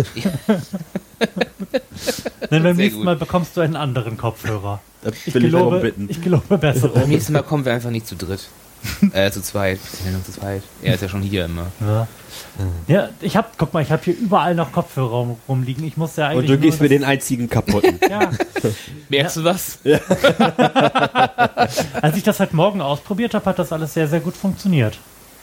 Denn beim Sehr nächsten gut. Mal bekommst du einen anderen Kopfhörer. Das Ich will ich darum gelobe, bitten. ich gelobe bessere. Beim nächsten Mal kommen wir einfach nicht zu dritt. Zu zweit. Wir sind nur zu zweit. Er ist ja schon hier immer. Ja, ja guck mal, ich habe hier überall noch Kopfhörer rumliegen. Ich muss ja eigentlich Und du gibst nur mir den einzigen kaputten. ja, Merkst du was? als ich das heute Morgen ausprobiert habe, hat das alles sehr, sehr gut funktioniert.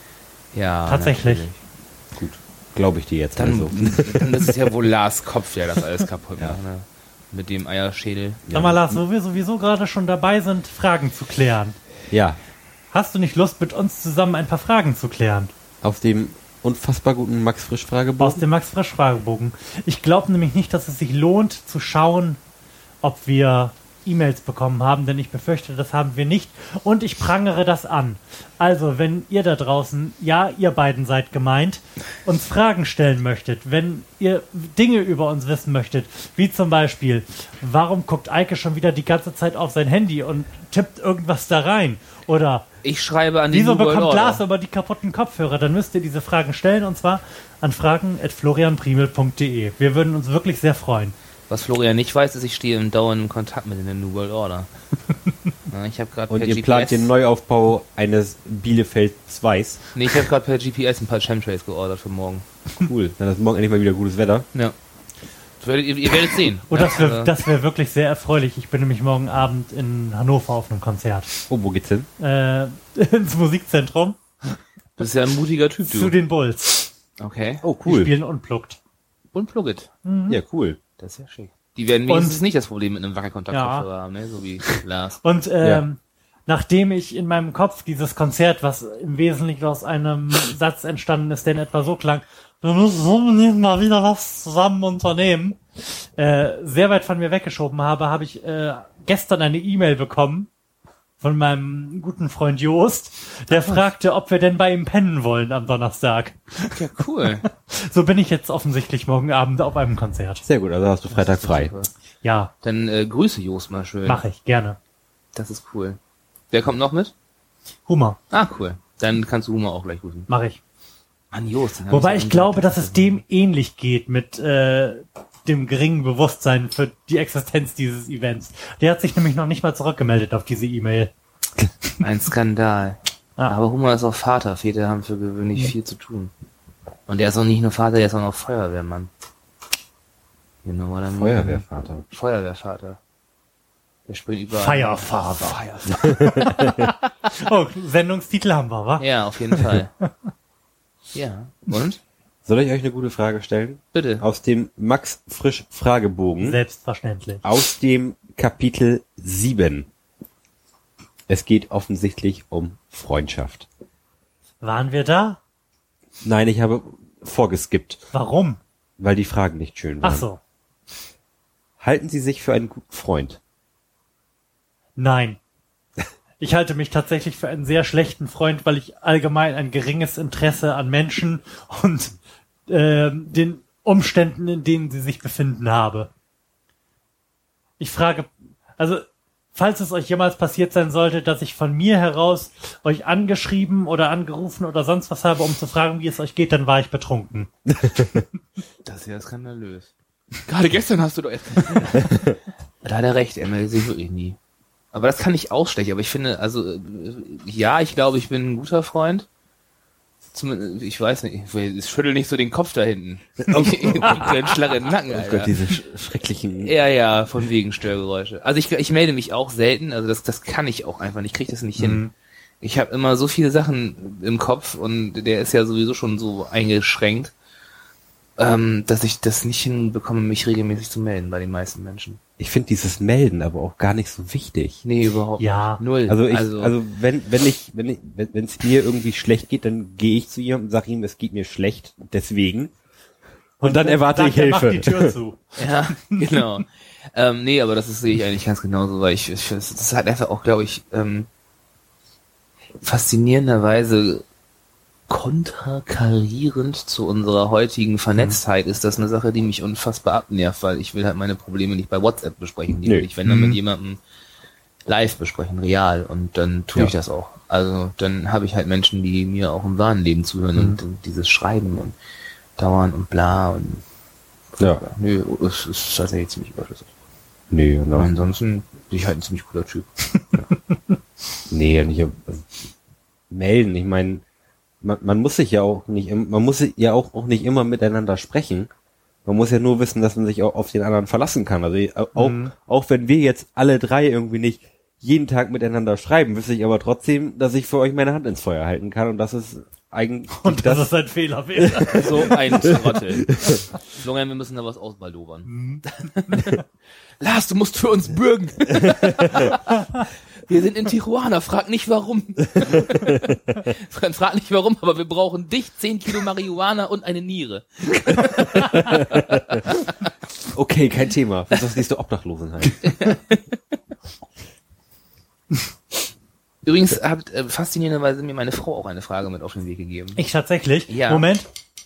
Ja. Tatsächlich. natürlich. Gut, glaube ich dir jetzt Dann, also. dann ist es ja wohl Lars Kopf, der das alles kaputt macht. Ne? Mit dem Eierschädel. Sag mal, Lars, wo wir sowieso gerade schon dabei sind, Fragen zu klären. Ja, Hast du nicht Lust, mit uns zusammen ein paar Fragen zu klären? auf dem unfassbar guten Max Frisch Fragebogen. Aus dem Max-Frisch-Fragebogen. Ich glaube nämlich nicht, dass es sich lohnt, zu schauen, ob wir E-Mails bekommen haben, denn ich befürchte, das haben wir nicht. Und ich prangere das an. Also, wenn ihr da draußen, ja, ihr beiden seid gemeint, uns Fragen stellen möchtet, wenn ihr Dinge über uns wissen möchtet, wie zum Beispiel, warum guckt Eike schon wieder die ganze Zeit auf sein Handy und tippt irgendwas da rein? Oder Ich schreibe an die wieso New World bekommt Order. Lars aber die kaputten Kopfhörer? Dann müsst ihr diese Fragen stellen und zwar an fragen@florianprimel.de. Wir würden uns wirklich sehr freuen. Was Florian nicht weiß, ist, ich stehe im dauernden Kontakt mit der New World Order. Ja, ich habe gerade Und per ihr GPS... plant den Neuaufbau eines Bielefeld 2s. Nee, ich habe gerade per GPS ein paar Chemtrails geordert für morgen. Cool. Dann ist morgen endlich mal wieder gutes Wetter. Ja. Ihr werdet sehen. Oh, ja, das wär wirklich sehr erfreulich. Ich bin nämlich morgen Abend in Hannover auf einem Konzert. Oh, wo geht's hin? Ins Musikzentrum du bist ja ein mutiger Typ, zu du. den Bulls. Okay. Oh, Die cool. spielen Unplugged. Und Plug It. Ja, cool. Das ist ja schick. Die werden wenigstens nicht das Problem mit einem Wackelkontakt-Kopfhörer haben, ne? So wie Lars. Und Ja. nachdem ich in meinem Kopf dieses Konzert, was im Wesentlichen aus einem Satz entstanden ist, der in etwa so klang, wir müssen unbedingt mal wieder was zusammen unternehmen, sehr weit von mir weggeschoben habe ich gestern eine E-Mail bekommen von meinem guten Freund Joost, der fragte, ob wir denn bei ihm pennen wollen am Donnerstag. Ja, cool. So bin ich jetzt offensichtlich morgen Abend auf einem Konzert. Sehr gut, also hast du Freitag frei. Super. Ja, Dann grüße Jos mal schön. mache ich, gerne. Das ist cool. Wer kommt noch mit? Hummer, Ah, cool. Dann kannst du Humor auch gleich grüßen. mache ich. Mann, Jost. Wobei ich glaube, dass es dem ähnlich geht mit dem geringen Bewusstsein für die Existenz dieses Events. Der hat sich nämlich noch nicht mal zurückgemeldet auf diese E-Mail. Ein Skandal. Ah. Aber Hummer ist auch Vater. Väter haben für gewöhnlich viel zu tun. Und der ist auch nicht nur Vater, der ist auch noch Feuerwehrmann. You know what I mean? Feuerwehrvater. Feuerwehrvater. Der spielt überall. Feiervater. Oh, Sendungstitel haben wir, wa? Ja, auf jeden Fall. Ja. Und? Soll ich euch eine gute Frage stellen? Bitte. Aus dem Max Frisch Fragebogen. Selbstverständlich. Aus dem Kapitel 7. Es geht offensichtlich um Freundschaft. Waren wir da? Nein, ich habe vorgeskippt, Warum? weil die Fragen nicht schön waren. Ach so. Halten Sie sich für einen guten Freund? Nein. Ich halte mich tatsächlich für einen sehr schlechten Freund, weil ich allgemein ein geringes Interesse an Menschen und den Umständen, in denen sie sich befinden, habe. Ich frage, also falls es euch jemals passiert sein sollte, dass ich von mir heraus euch angeschrieben oder angerufen oder sonst was habe, um zu fragen, wie es euch geht, dann war ich betrunken. Das ist ja skandalös. Gerade gestern hast du doch erst... Da hat er recht, er meldet sich wirklich nie. Aber das kann ich ausstechen. Aber ich finde, also, ja, ich glaube, ich bin ein guter Freund. Zumindest, ich weiß nicht, ich schüttel nicht so den Kopf da hinten. Einen Schlag in den Nacken, Alter. Oh Gott, diese schrecklichen... Ja, von wegen Störgeräusche. Also ich melde mich auch selten, also das kann ich auch einfach nicht, ich krieg das nicht hin. Ich habe immer so viele Sachen im Kopf und der ist ja sowieso schon so eingeschränkt, dass ich das nicht hinbekomme, mich regelmäßig zu melden bei den meisten Menschen. Ich finde dieses Melden aber auch gar nicht so wichtig. Nee, überhaupt Ja. nicht. Null. Also wenn es mir irgendwie schlecht geht, dann gehe ich zu ihm und sage ihm, es geht mir schlecht, deswegen. Und dann erwarte ich Hilfe. Mach die Tür zu. Ja, genau. Nee, aber das sehe ich eigentlich ganz genauso, weil das ist halt einfach auch, glaube ich, faszinierenderweise konterkarierend zu unserer heutigen Vernetztheit ist das eine Sache, die mich unfassbar abnervt, weil ich will halt meine Probleme nicht bei WhatsApp besprechen, die will ich, wenn dann mit jemandem live besprechen, real, und dann tue ich das auch. Also dann habe ich halt Menschen, die mir auch im wahren Leben zuhören und dieses Schreiben und Dauern und bla und nö, es ist tatsächlich ziemlich überflüssig. Nee, genau. Aber ansonsten bin ich halt ein ziemlich cooler Typ. Nee, nicht melden. Ich meine, man muss sich ja auch nicht, man muss ja auch nicht immer miteinander sprechen. Man muss ja nur wissen, dass man sich auch auf den anderen verlassen kann. Also auch wenn wir jetzt alle drei irgendwie nicht jeden Tag miteinander schreiben, wüsste ich aber trotzdem, dass ich für euch meine Hand ins Feuer halten kann, und das ist eigentlich Und dass es ein Fehler wäre. So ein Trottel. Florian, wir müssen da was ausbaldobern. Lars, du musst für uns bürgen. Wir sind in Tijuana, frag nicht warum. Frag nicht warum, aber wir brauchen dich, 10 Kilo Marihuana und eine Niere. okay, kein Thema. Was ist das nächste Obdachlosenheit? Übrigens hat faszinierenderweise mir meine Frau auch eine Frage mit auf den Weg gegeben. Ich tatsächlich? Ja. Moment.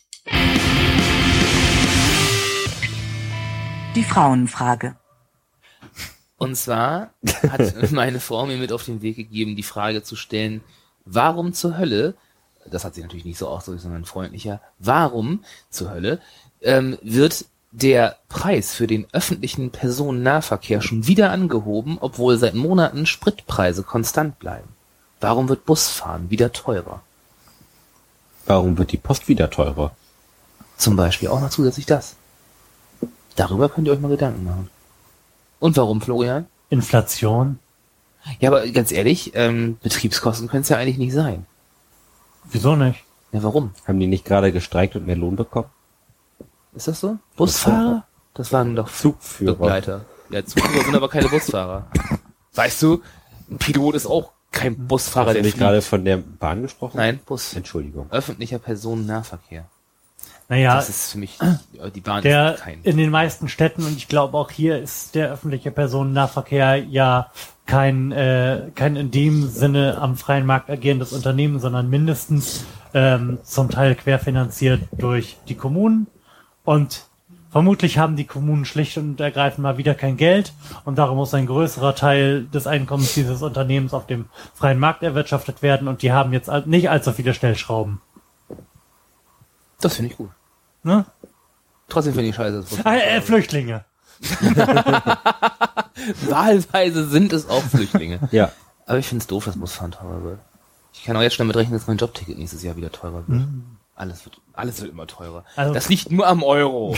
Die Frauenfrage. Und zwar hat meine Frau mir mit auf den Weg gegeben, die Frage zu stellen, warum zur Hölle, das hat sie natürlich nicht so ausgedrückt, sondern freundlicher, warum zur Hölle wird der Preis für den öffentlichen Personennahverkehr schon wieder angehoben, obwohl seit Monaten Spritpreise konstant bleiben? Warum wird Busfahren wieder teurer? Warum wird die Post wieder teurer? Zum Beispiel auch noch zusätzlich das. Darüber könnt ihr euch mal Gedanken machen. Und warum, Florian? Inflation? Ja, aber ganz ehrlich, Betriebskosten können es ja eigentlich nicht sein. Wieso nicht? Ja, warum? Haben die nicht gerade gestreikt und mehr Lohn bekommen? Ist das so? Busfahrer? Das waren doch Zugführer. Begleiter. Ja, Zugführer sind aber keine Busfahrer. Weißt du, ein Pilot ist auch kein Busfahrer, Hast du der nicht fliegt. gerade von der Bahn gesprochen? Nein, Bus. Entschuldigung. Öffentlicher Personennahverkehr. Naja, Das ist für mich, die Bahn der ist kein... in den meisten Städten, und ich glaube auch hier ist der öffentliche Personennahverkehr ja kein in dem Sinne am freien Markt agierendes Unternehmen, sondern mindestens zum Teil querfinanziert durch die Kommunen. Und vermutlich haben die Kommunen schlicht und ergreifend mal wieder kein Geld, und darum muss ein größerer Teil des Einkommens dieses Unternehmens auf dem freien Markt erwirtschaftet werden, und die haben jetzt nicht allzu viele Stellschrauben. Das finde ich gut. Ne? Trotzdem finde ich scheiße. Das Flüchtlinge. Wahlweise sind es auch Flüchtlinge. Ja. Aber ich finde es doof, dass Busfahren teurer wird. Ich kann auch jetzt schon damit rechnen, dass mein Jobticket nächstes Jahr wieder teurer wird. Alles wird immer teurer. Also, das liegt nur am Euro.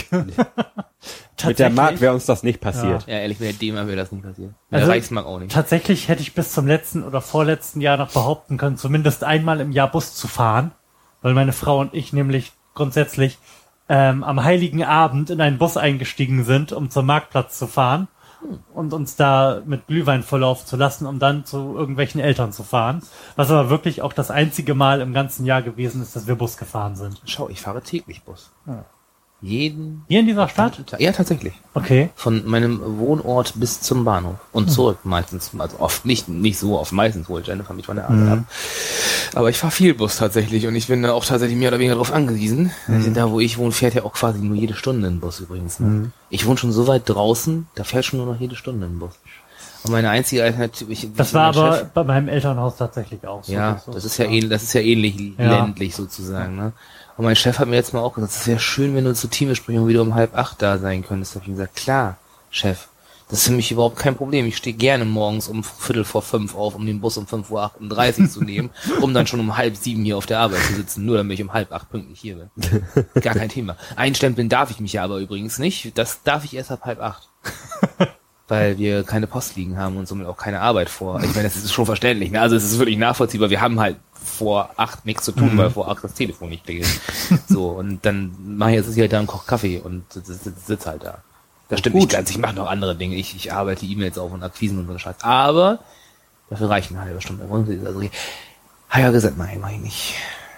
Mit der Mark wäre uns das nicht passiert. Ja, ehrlich, mit der D-Mark wäre das nicht passiert. Mit Also, der Reichsmark auch nicht. Tatsächlich hätte ich bis zum letzten oder vorletzten Jahr noch behaupten können, zumindest einmal im Jahr Bus zu fahren, weil meine Frau und ich nämlich grundsätzlich am Heiligen Abend in einen Bus eingestiegen sind, um zum Marktplatz zu fahren und uns da mit Glühwein volllaufen zu lassen, um dann zu irgendwelchen Eltern zu fahren. Was aber wirklich auch das einzige Mal im ganzen Jahr gewesen ist, dass wir Bus gefahren sind. Schau, ich fahre täglich Bus. Ja. Jeden Hier in dieser Stadt? Tag. Ja, tatsächlich. Okay. Von meinem Wohnort bis zum Bahnhof. Und zurück meistens. Also oft nicht so oft. Meistens hole ich Jennifer mich von der Arbeit ab. Aber ich fahre viel Bus tatsächlich. Und ich bin da auch tatsächlich mehr oder weniger drauf angewiesen. Da, wo ich wohne, fährt ja auch quasi nur jede Stunde ein Bus übrigens. Ne? Ich wohne schon so weit draußen, da fährt schon nur noch jede Stunde ein Bus. Und meine einzige Alternative... Das war aber bei meinem Elternhaus tatsächlich auch so. Ja, das ist ja ähnlich ländlich sozusagen, ne? Und mein Chef hat mir jetzt mal auch gesagt, es wäre schön, wenn du zur Teambesprechung wieder um 7:30 da sein könntest. Da habe ich gesagt, klar, Chef, das ist für mich überhaupt kein Problem. Ich stehe gerne morgens um 4:45 auf, um den Bus um 5:38 Uhr zu nehmen, um dann schon um 6:30 hier auf der Arbeit zu sitzen, nur damit ich um 7:30 pünktlich hier bin. Gar kein Thema. Einstempeln darf ich mich ja aber übrigens nicht. Das darf ich erst ab 7:30. Weil wir keine Post liegen haben und somit auch keine Arbeit vor. Ich meine, das ist schon verständlich. Ne? Also es ist wirklich nachvollziehbar. Wir haben halt vor 8 nichts zu tun, weil vor 8 das Telefon nicht klingelt. So, und dann mache ich jetzt hier da und koche Kaffee und sitze halt da. Das stimmt nicht ganz. Ich mache noch andere Dinge. Ich arbeite E-Mails auf und Akquisen und so eine Scheiß. Aber dafür reicht eine halbe Stunde. Also, ja, gesagt, nein, mach ich nicht.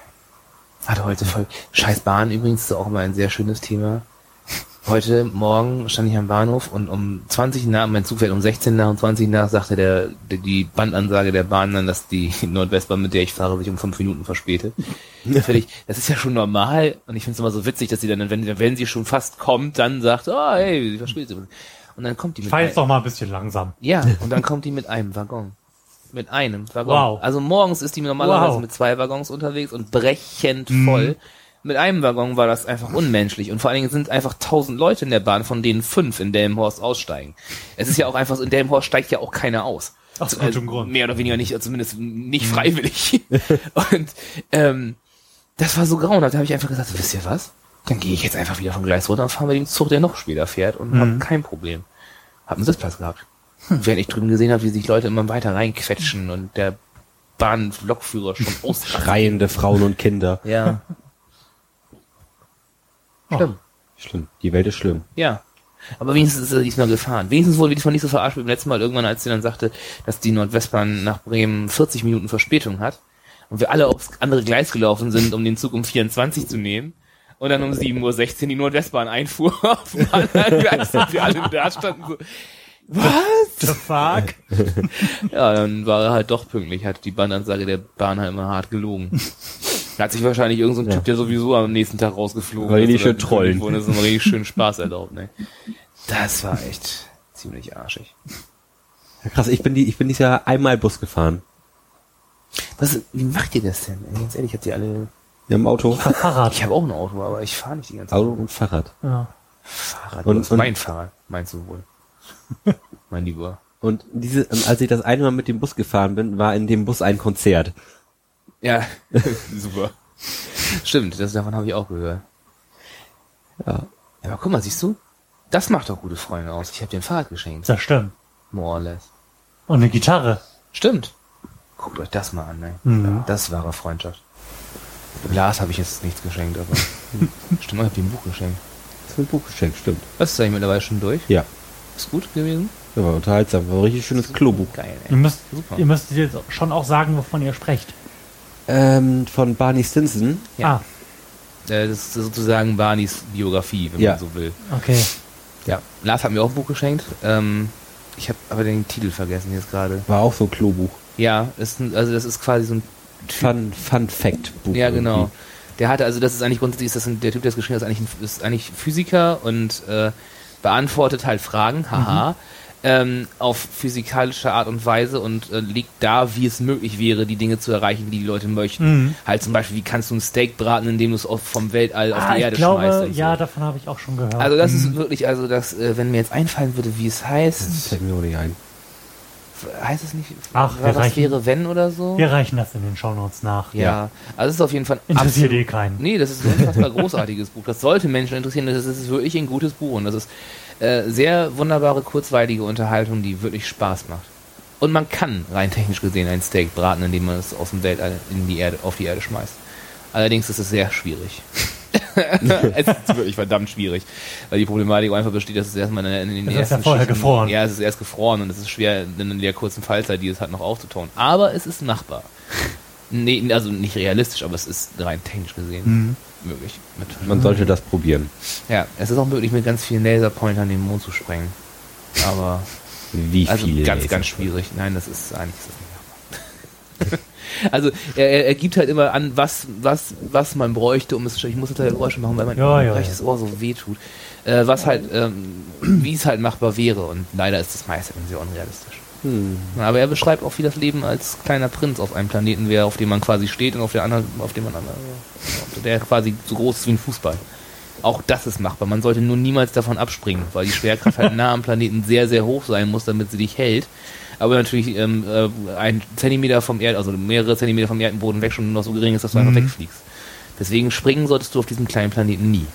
Hatte heute voll... Scheiß Bahn übrigens ist auch immer ein sehr schönes Thema. Heute Morgen stand ich am Bahnhof und um 20 nach, mein Zug fährt um 16 nach und 20 nach, sagte die Bandansage der Bahn dann, dass die Nordwestbahn, mit der ich fahre, sich um 5 Minuten verspätet. Das ist ja schon normal und ich finde es immer so witzig, dass sie dann, wenn sie schon fast kommt, dann sagt, oh, hey, sie verspätet sich. Und dann kommt die mit fahr jetzt doch mal ein bisschen langsam. Ja, und dann kommt die mit einem Waggon. Mit einem Waggon. Wow. Also morgens ist die normalerweise mit 2 Waggons unterwegs und brechend voll. Mit einem Waggon war das einfach unmenschlich. Und vor allen Dingen sind einfach 1000 Leute in der Bahn, von denen 5 in Delmenhorst aussteigen. Es ist ja auch einfach so, in Delmenhorst steigt ja auch keiner aus. Aus gutem Grund. Mehr oder weniger nicht, also zumindest nicht freiwillig. Und das war so grauenhaft. Da habe ich einfach gesagt, wisst ihr was? Dann gehe ich jetzt einfach wieder vom Gleis runter und fahren wir den Zug, der noch später fährt. Und habe kein Problem. Hab einen Sitzplatz gehabt. Während ich drüben gesehen habe, wie sich Leute immer weiter reinquetschen und der Bahnlokführer schon ausrastet. Schreiende Frauen und Kinder. Ja. Schlimm. Schlimm. Die Welt ist schlimm. Ja. Aber wenigstens ist er diesmal gefahren. Wenigstens wurde diesmal nicht so verarscht wie beim letzten Mal irgendwann, als sie dann sagte, dass die Nordwestbahn nach Bremen 40 Minuten Verspätung hat und wir alle aufs andere Gleis gelaufen sind, um den Zug um 24 zu nehmen und dann um 7:16 Uhr die Nordwestbahn einfuhr auf dem anderen Gleis und wir alle da standen so, was? The fuck? Ja, dann war er halt doch pünktlich, hat die Bandansage der Bahn halt immer hart gelogen. Da hat sich wahrscheinlich irgend so ein Typ, der sowieso am nächsten Tag rausgeflogen ist. Richtig schön trollen. Und das ist ein richtig schön Spaß erlaubt, ne? Das war echt ziemlich arschig. Ja, krass, ich bin dieses Jahr einmal Bus gefahren. Wie macht ihr das denn? Ganz ehrlich, habt ihr alle... Wir haben ein Auto. Fahrrad. Ich habe auch ein Auto, aber ich fahre nicht die ganze Zeit. Auto und Fahrrad. Ja. Fahrrad. Und Mein Fahrrad, meinst du wohl? Mein Lieber. Und als ich das eine Mal mit dem Bus gefahren bin, war in dem Bus ein Konzert. Ja, super. Stimmt, davon habe ich auch gehört. Ja. Aber guck mal, siehst du? Das macht doch gute Freunde aus. Ich habe dir ein Fahrrad geschenkt. Das stimmt. More or less. Und eine Gitarre. Stimmt. Guckt euch das mal an, ne? Mhm. Das ist wahre Freundschaft. Lars habe ich jetzt nichts geschenkt, aber stimmt, ich habe dir ein Buch geschenkt. Das ist ein Buch geschenkt, stimmt. Das ist eigentlich mittlerweile schon durch. Ja. Ist gut gewesen? Ja, war unterhaltsam. War ein richtig schönes Klobuch. Geil, ey. Super. Ihr müsst jetzt schon auch sagen, wovon ihr sprecht. Von Barney Stinson. Ja. Das ist sozusagen Barneys Biografie, wenn man so will. Okay. Ja. Lars hat mir auch ein Buch geschenkt. Ich habe aber den Titel vergessen jetzt gerade. War auch so ein Klobuch. Ja, das ist quasi so ein Fun Fact Buch. Ja, genau. Irgendwie. Der hatte, also das ist eigentlich grundsätzlich, der Typ, der es geschrieben hat, ist eigentlich Physiker und beantwortet halt Fragen, haha. auf physikalische Art und Weise und legt da, wie es möglich wäre, die Dinge zu erreichen, die Leute möchten. Halt zum Beispiel, wie kannst du ein Steak braten, indem du es vom Weltall auf die Erde schmeißt. Und so. Ja, davon habe ich auch schon gehört. Also das ist wirklich, also das, wenn mir jetzt einfallen würde, wie es heißt. Das fällt mir auch nicht ein. Heißt es nicht? Ach, was wäre, wenn oder so? Wir reichen das in den Shownotes nach. Ja, also es ist auf jeden Fall interessiert keinen. Nee, das ist ein unfassbar großartiges Buch. Das sollte Menschen interessieren. Das ist wirklich ein gutes Buch und das ist sehr wunderbare, kurzweilige Unterhaltung, die wirklich Spaß macht. Und man kann rein technisch gesehen ein Steak braten, indem man es aus dem Weltall auf die Erde schmeißt. Allerdings ist es sehr schwierig. Es ist wirklich verdammt schwierig, weil die Problematik einfach besteht, dass es erstmal in den ersten ist ja vorher Schichten, gefroren. Ja, es ist erst gefroren und es ist schwer in der kurzen Fallzeit, die es hat, noch aufzutauen. Aber es ist machbar. Nee, also nicht realistisch, aber es ist rein technisch gesehen möglich. Man sollte das probieren. Ja, es ist auch möglich, mit ganz vielen Laserpointern den Mond zu sprengen. Aber Wie also viele ganz, Laser? ganz schwierig. Nein, das ist eigentlich nicht machbar. Also er gibt halt immer an, was man bräuchte, um es. Ich muss total Geräusche machen, weil mein rechtes Ohr so weh tut. Was halt, wie es halt machbar wäre. Und leider ist das meiste dann sehr unrealistisch. Aber er beschreibt auch, wie das Leben als kleiner Prinz auf einem Planeten wäre, auf dem man quasi steht und auf dem man der quasi so groß ist wie ein Fußball. Auch das ist machbar. Man sollte nur niemals davon abspringen, weil die Schwerkraft halt nah am Planeten sehr, sehr hoch sein muss, damit sie dich hält. Aber natürlich ein Zentimeter vom also mehrere Zentimeter vom Erdenboden weg schon noch so gering ist, dass du einfach wegfliegst. Deswegen springen solltest du auf diesem kleinen Planeten nie.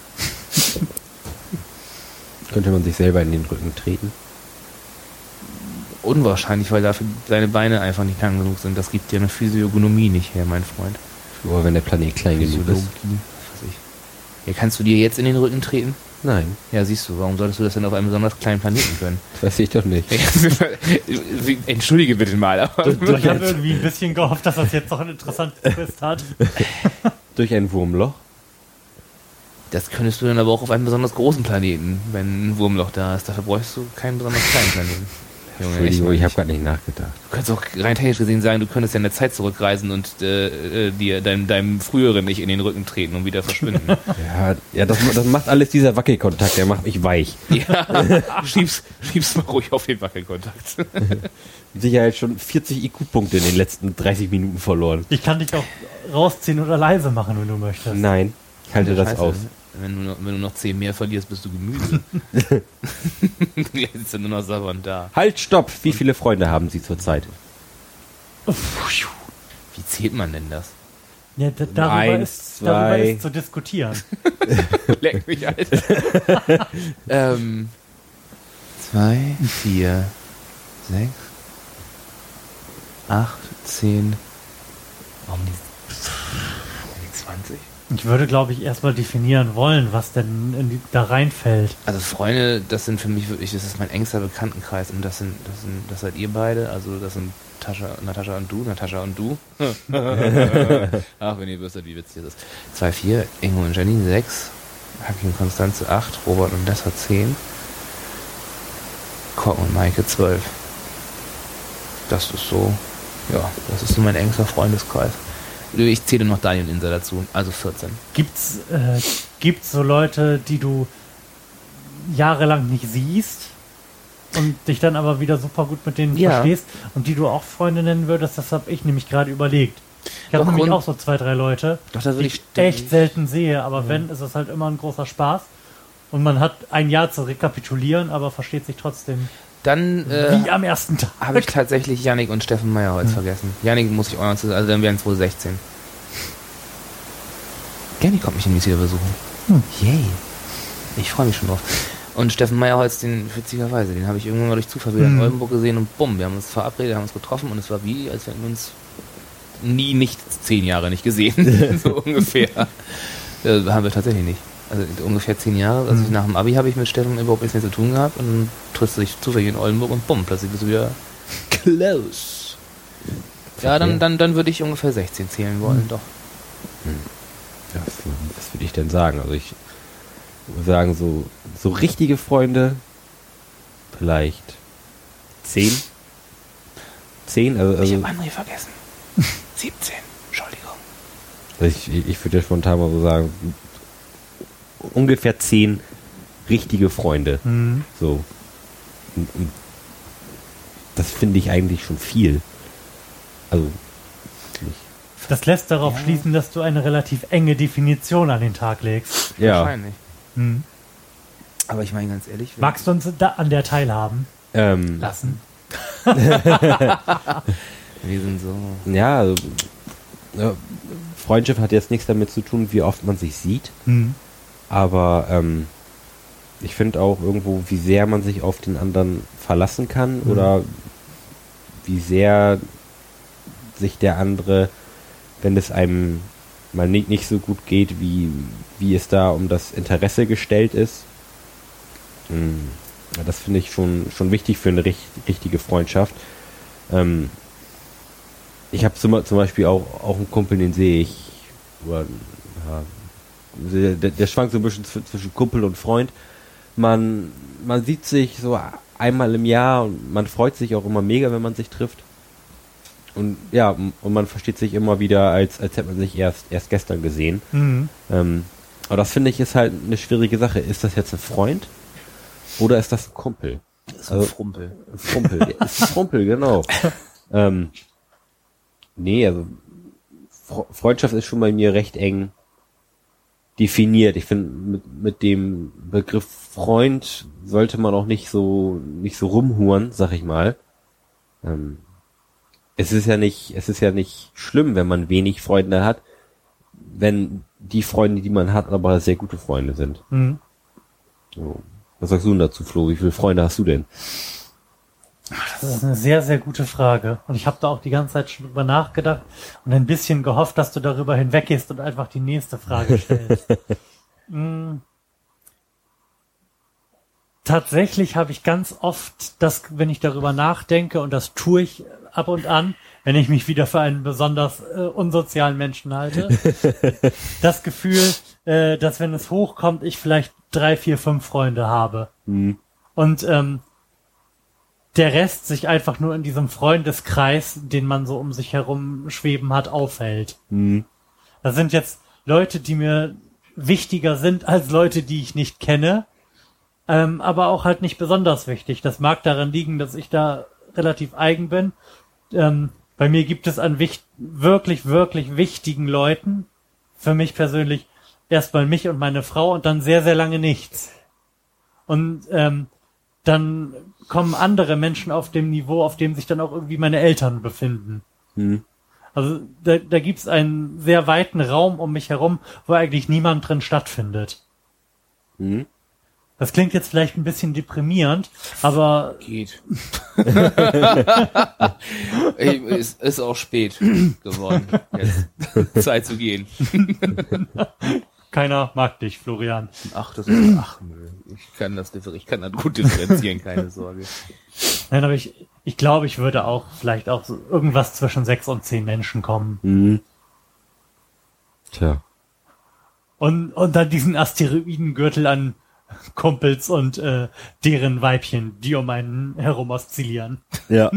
Könnte man sich selber in den Rücken treten? Unwahrscheinlich, weil dafür deine Beine einfach nicht lang genug sind. Das gibt dir eine Physiognomie nicht her, mein Freund. Nur wenn der Planet klein genug ist. Was weiß ich. Ja, kannst du dir jetzt in den Rücken treten? Nein. Ja, siehst du, warum solltest du das denn auf einem besonders kleinen Planeten können? Das weiß ich doch nicht. Entschuldige bitte mal, aber Ich habe irgendwie ein bisschen gehofft, dass das jetzt noch einen interessanten Twist hat. Durch ein Wurmloch? das könntest du dann aber auch auf einem besonders großen Planeten, wenn ein Wurmloch da ist. Dafür bräuchst du keinen besonders kleinen Planeten. Junge, Entschuldigung, ich habe gerade nicht nachgedacht. Du könntest auch rein technisch gesehen sagen, du könntest ja in der Zeit zurückreisen und dir deinem früheren Ich in den Rücken treten und wieder verschwinden. Ja, das macht alles dieser Wackelkontakt, der macht mich weich. Ja, schieb's mal ruhig auf den Wackelkontakt. Sicher schon 40 IQ-Punkte in den letzten 30 Minuten verloren. Ich kann dich auch rausziehen oder leise machen, wenn du möchtest. Nein, ich halte das Scheiße, aus. Wenn du noch 10 mehr verlierst, bist du Gemüse. Jetzt ist ja nur noch sabbernd da. Halt, stopp! Wie viele Freunde haben Sie zurzeit? Wie zählt man denn das? Ja, darüber ist zu diskutieren. Leck mich, Alter. 2, 4, 6, 8, 10, warum die 20? Ich würde, glaube ich, erstmal definieren wollen, was denn da reinfällt. Also Freunde, das sind für mich wirklich, das ist mein engster Bekanntenkreis und das seid ihr beide, also das sind Natascha und du. Ach, wenn ihr wüsstet, wie witzig das ist. 2, 4, Ingo und Jenny 6, Hacking und Konstanze 8, Robert und Dessa 10, Kock und Maike 12. Das ist so, ja, das ist so mein engster Freundeskreis. Ich zähle noch Daniel und Insa dazu, also 14. Gibt's so Leute, die du jahrelang nicht siehst und dich dann aber wieder super gut mit denen verstehst und die du auch Freunde nennen würdest? Das habe ich nämlich gerade überlegt. Ich habe nämlich auch so 2, 3 Leute, die ich echt selten sehe, aber wenn, ist es halt immer ein großer Spaß und man hat ein Jahr zu rekapitulieren, aber versteht sich trotzdem. Dann wie am ersten Tag. Habe ich tatsächlich Yannick und Steffen Meyerholz vergessen. Yannick muss ich auch noch, also dann wären es wohl 2016. Yannick kommt mich demnächst wieder besuchen. Yay. Ich freue mich schon drauf. Und Steffen Meyerholz, den witzigerweise, den habe ich irgendwann mal durch Zufall wieder in Oldenburg gesehen und bumm, wir haben uns verabredet, haben uns getroffen und es war wie, als hätten wir uns nicht 10 Jahre nicht gesehen. So ungefähr. Haben wir tatsächlich nicht. Also ungefähr 10 Jahre. Also nach dem Abi habe ich mit Steffen überhaupt nichts mehr zu tun gehabt und dann triffst du dich zufällig in Oldenburg und bumm, plötzlich bist du wieder close. Ja, dann würde ich ungefähr 16 zählen wollen, doch. Ja, was würde ich denn sagen? Also ich würde sagen, so richtige Freunde vielleicht 10. 10? Also ich habe André vergessen. 17. Entschuldigung. Also ich würde ja spontan mal so sagen, ungefähr 10 richtige Freunde. So. Und das finde ich eigentlich schon viel. Also, Das lässt darauf schließen, dass du eine relativ enge Definition an den Tag legst. ja. Wahrscheinlich. Hm. Aber ich meine ganz ehrlich, Magst du uns da an der teilhaben lassen? wir sind so... Ja, also, Freundschaft hat jetzt nichts damit zu tun, wie oft man sich sieht. Hm. Aber ich finde auch irgendwo, wie sehr man sich auf den anderen verlassen kann oder wie sehr sich der andere, wenn es einem mal nicht so gut geht, wie es da um das Interesse gestellt ist. Ja, das finde ich schon wichtig für eine richtige Freundschaft. Ich habe zum Beispiel auch einen Kumpel, den sehe ich, oder, ja, der schwankt so ein bisschen zwischen Kumpel und Freund. Man sieht sich so einmal im Jahr und man freut sich auch immer mega, wenn man sich trifft. Und ja, und man versteht sich immer wieder, als hätte man sich erst gestern gesehen. Mhm. Aber das finde ich ist halt eine schwierige Sache. Ist das jetzt ein Freund oder ist das ein Kumpel? Das ist ein Frumpel. Frumpel, ja, ist ein Frumpel, genau. Nee, also Freundschaft ist schon bei mir recht eng definiert. Ich finde, mit dem Begriff Freund sollte man auch nicht so rumhuren, sag ich mal. Es ist ja nicht schlimm, wenn man wenig Freunde hat, wenn die Freunde, die man hat, aber sehr gute Freunde sind. Mhm. So. Was sagst du denn dazu, Flo? Wie viele Freunde hast du denn? Das ist eine sehr, sehr gute Frage. Und ich habe da auch die ganze Zeit schon drüber nachgedacht und ein bisschen gehofft, dass du darüber hinweggehst und einfach die nächste Frage stellst. Tatsächlich habe ich ganz oft das, wenn ich darüber nachdenke, und das tue ich ab und an, wenn ich mich wieder für einen besonders unsozialen Menschen halte, das Gefühl, dass wenn es hochkommt, ich vielleicht 3, 4, 5 Freunde habe. Mhm. Und der Rest sich einfach nur in diesem Freundeskreis, den man so um sich herum schweben hat, aufhält. Mhm. Das sind jetzt Leute, die mir wichtiger sind als Leute, die ich nicht kenne, aber auch halt nicht besonders wichtig. Das mag daran liegen, dass ich da relativ eigen bin. Bei mir gibt es an wirklich, wirklich wichtigen Leuten, für mich persönlich, erstmal mich und meine Frau und dann sehr, sehr lange nichts. Und dann kommen andere Menschen auf dem Niveau, auf dem sich dann auch irgendwie meine Eltern befinden. Mhm. Also da gibt's einen sehr weiten Raum um mich herum, wo eigentlich niemand drin stattfindet. Mhm. Das klingt jetzt vielleicht ein bisschen deprimierend, aber Geht. Es ist auch spät geworden. Jetzt. Zeit zu gehen. keiner mag dich, Florian. Ach, nö. Ich kann das gut differenzieren, keine Sorge. Nein, aber ich glaube, ich würde auch vielleicht auch so irgendwas zwischen 6 und 10 Menschen kommen. Mhm. Tja. Und dann diesen Asteroidengürtel an Kumpels und deren Weibchen, die um einen herum oszillieren. Ja.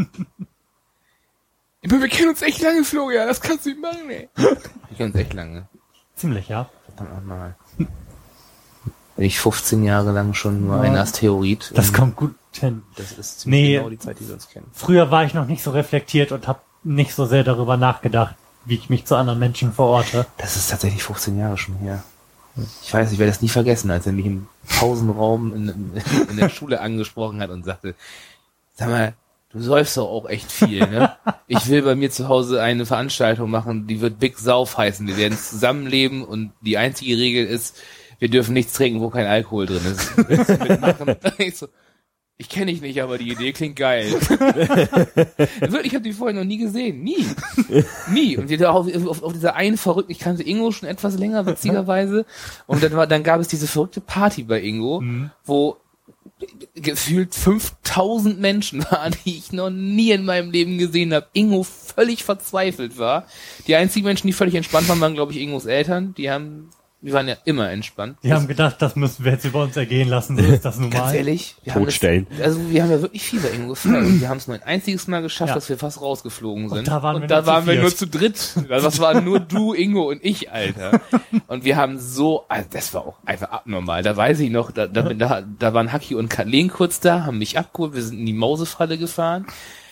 Wir kennen uns echt lange, Florian. Das kannst du nicht machen, ey. Wir kennen uns echt lange. Ziemlich, ja. Verdammt nochmal. Wenn ich 15 Jahre lang schon nur ein Asteroid... Das kommt gut hin. Das ist ziemlich genau die Zeit, die wir uns kennen. Früher war ich noch nicht so reflektiert und habe nicht so sehr darüber nachgedacht, wie ich mich zu anderen Menschen verorte. Das ist tatsächlich 15 Jahre schon her. Ich weiß, ich werde das nie vergessen, als er mich im Pausenraum in der Schule angesprochen hat und sagte, sag mal, du säufst doch auch echt viel, ne? Ich will bei mir zu Hause eine Veranstaltung machen, die wird Big Sauf heißen. Wir werden zusammenleben und die einzige Regel ist, wir dürfen nichts trinken, wo kein Alkohol drin ist. Willst du mitmachen? Ich kenne dich nicht, aber die Idee klingt geil. Wirklich, ich habe die vorher noch nie gesehen. Nie. Und wir auf dieser einen verrückten, ich kannte Ingo schon etwas länger, witzigerweise. Und dann gab es diese verrückte Party bei Ingo, wo gefühlt 5000 Menschen waren, die ich noch nie in meinem Leben gesehen habe. Ingo völlig verzweifelt war. Die einzigen Menschen, die völlig entspannt waren, glaube ich, Ingos Eltern. Wir waren ja immer entspannt. Die haben gedacht, das müssen wir jetzt über uns ergehen lassen, so ist das nun mal. Ganz ehrlich, wir haben ja wirklich viel bei Ingo gefeiert. Und wir haben es nur ein einziges Mal geschafft, dass wir fast rausgeflogen sind. Und da waren wir nur zu dritt. Das waren nur du, Ingo und ich, Alter. Und wir haben also das war auch einfach abnormal. Da weiß ich noch, da waren Haki und Kathleen kurz da, haben mich abgeholt, wir sind in die Mausefalle gefahren.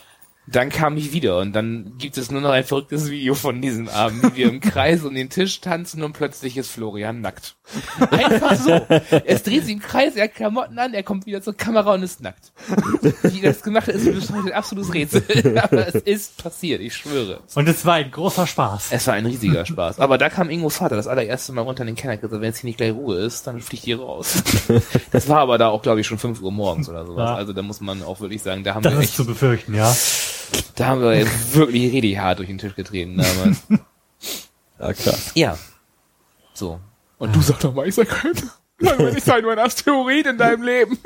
Dann kam ich wieder und dann gibt es nur noch ein verrücktes Video von diesem Abend, wie wir im Kreis um den Tisch tanzen und plötzlich ist Florian nackt. Einfach so. Es dreht sich im Kreis, er hat Klamotten an, er kommt wieder zur Kamera und ist nackt. Wie das gemacht hat, ist ein absolutes Rätsel. Aber es ist passiert, ich schwöre. Und es war ein großer Spaß. Es war ein riesiger Spaß. Aber da kam Ingos Vater das allererste Mal runter in den Keller gesagt, wenn jetzt hier nicht gleich Ruhe ist, dann fliegt ihr raus. Das war aber da auch, glaube ich, schon 5 Uhr morgens oder sowas. Ja. Also da muss man auch wirklich sagen, da haben Das wir ist echt... zu befürchten, ja. Da haben wir wirklich richtig hart durch den Tisch getreten damals. Ja, krass. Ja. So. Und du sag doch mal, ich sag halt, langweilig sein, du ein Asteroid in deinem Leben.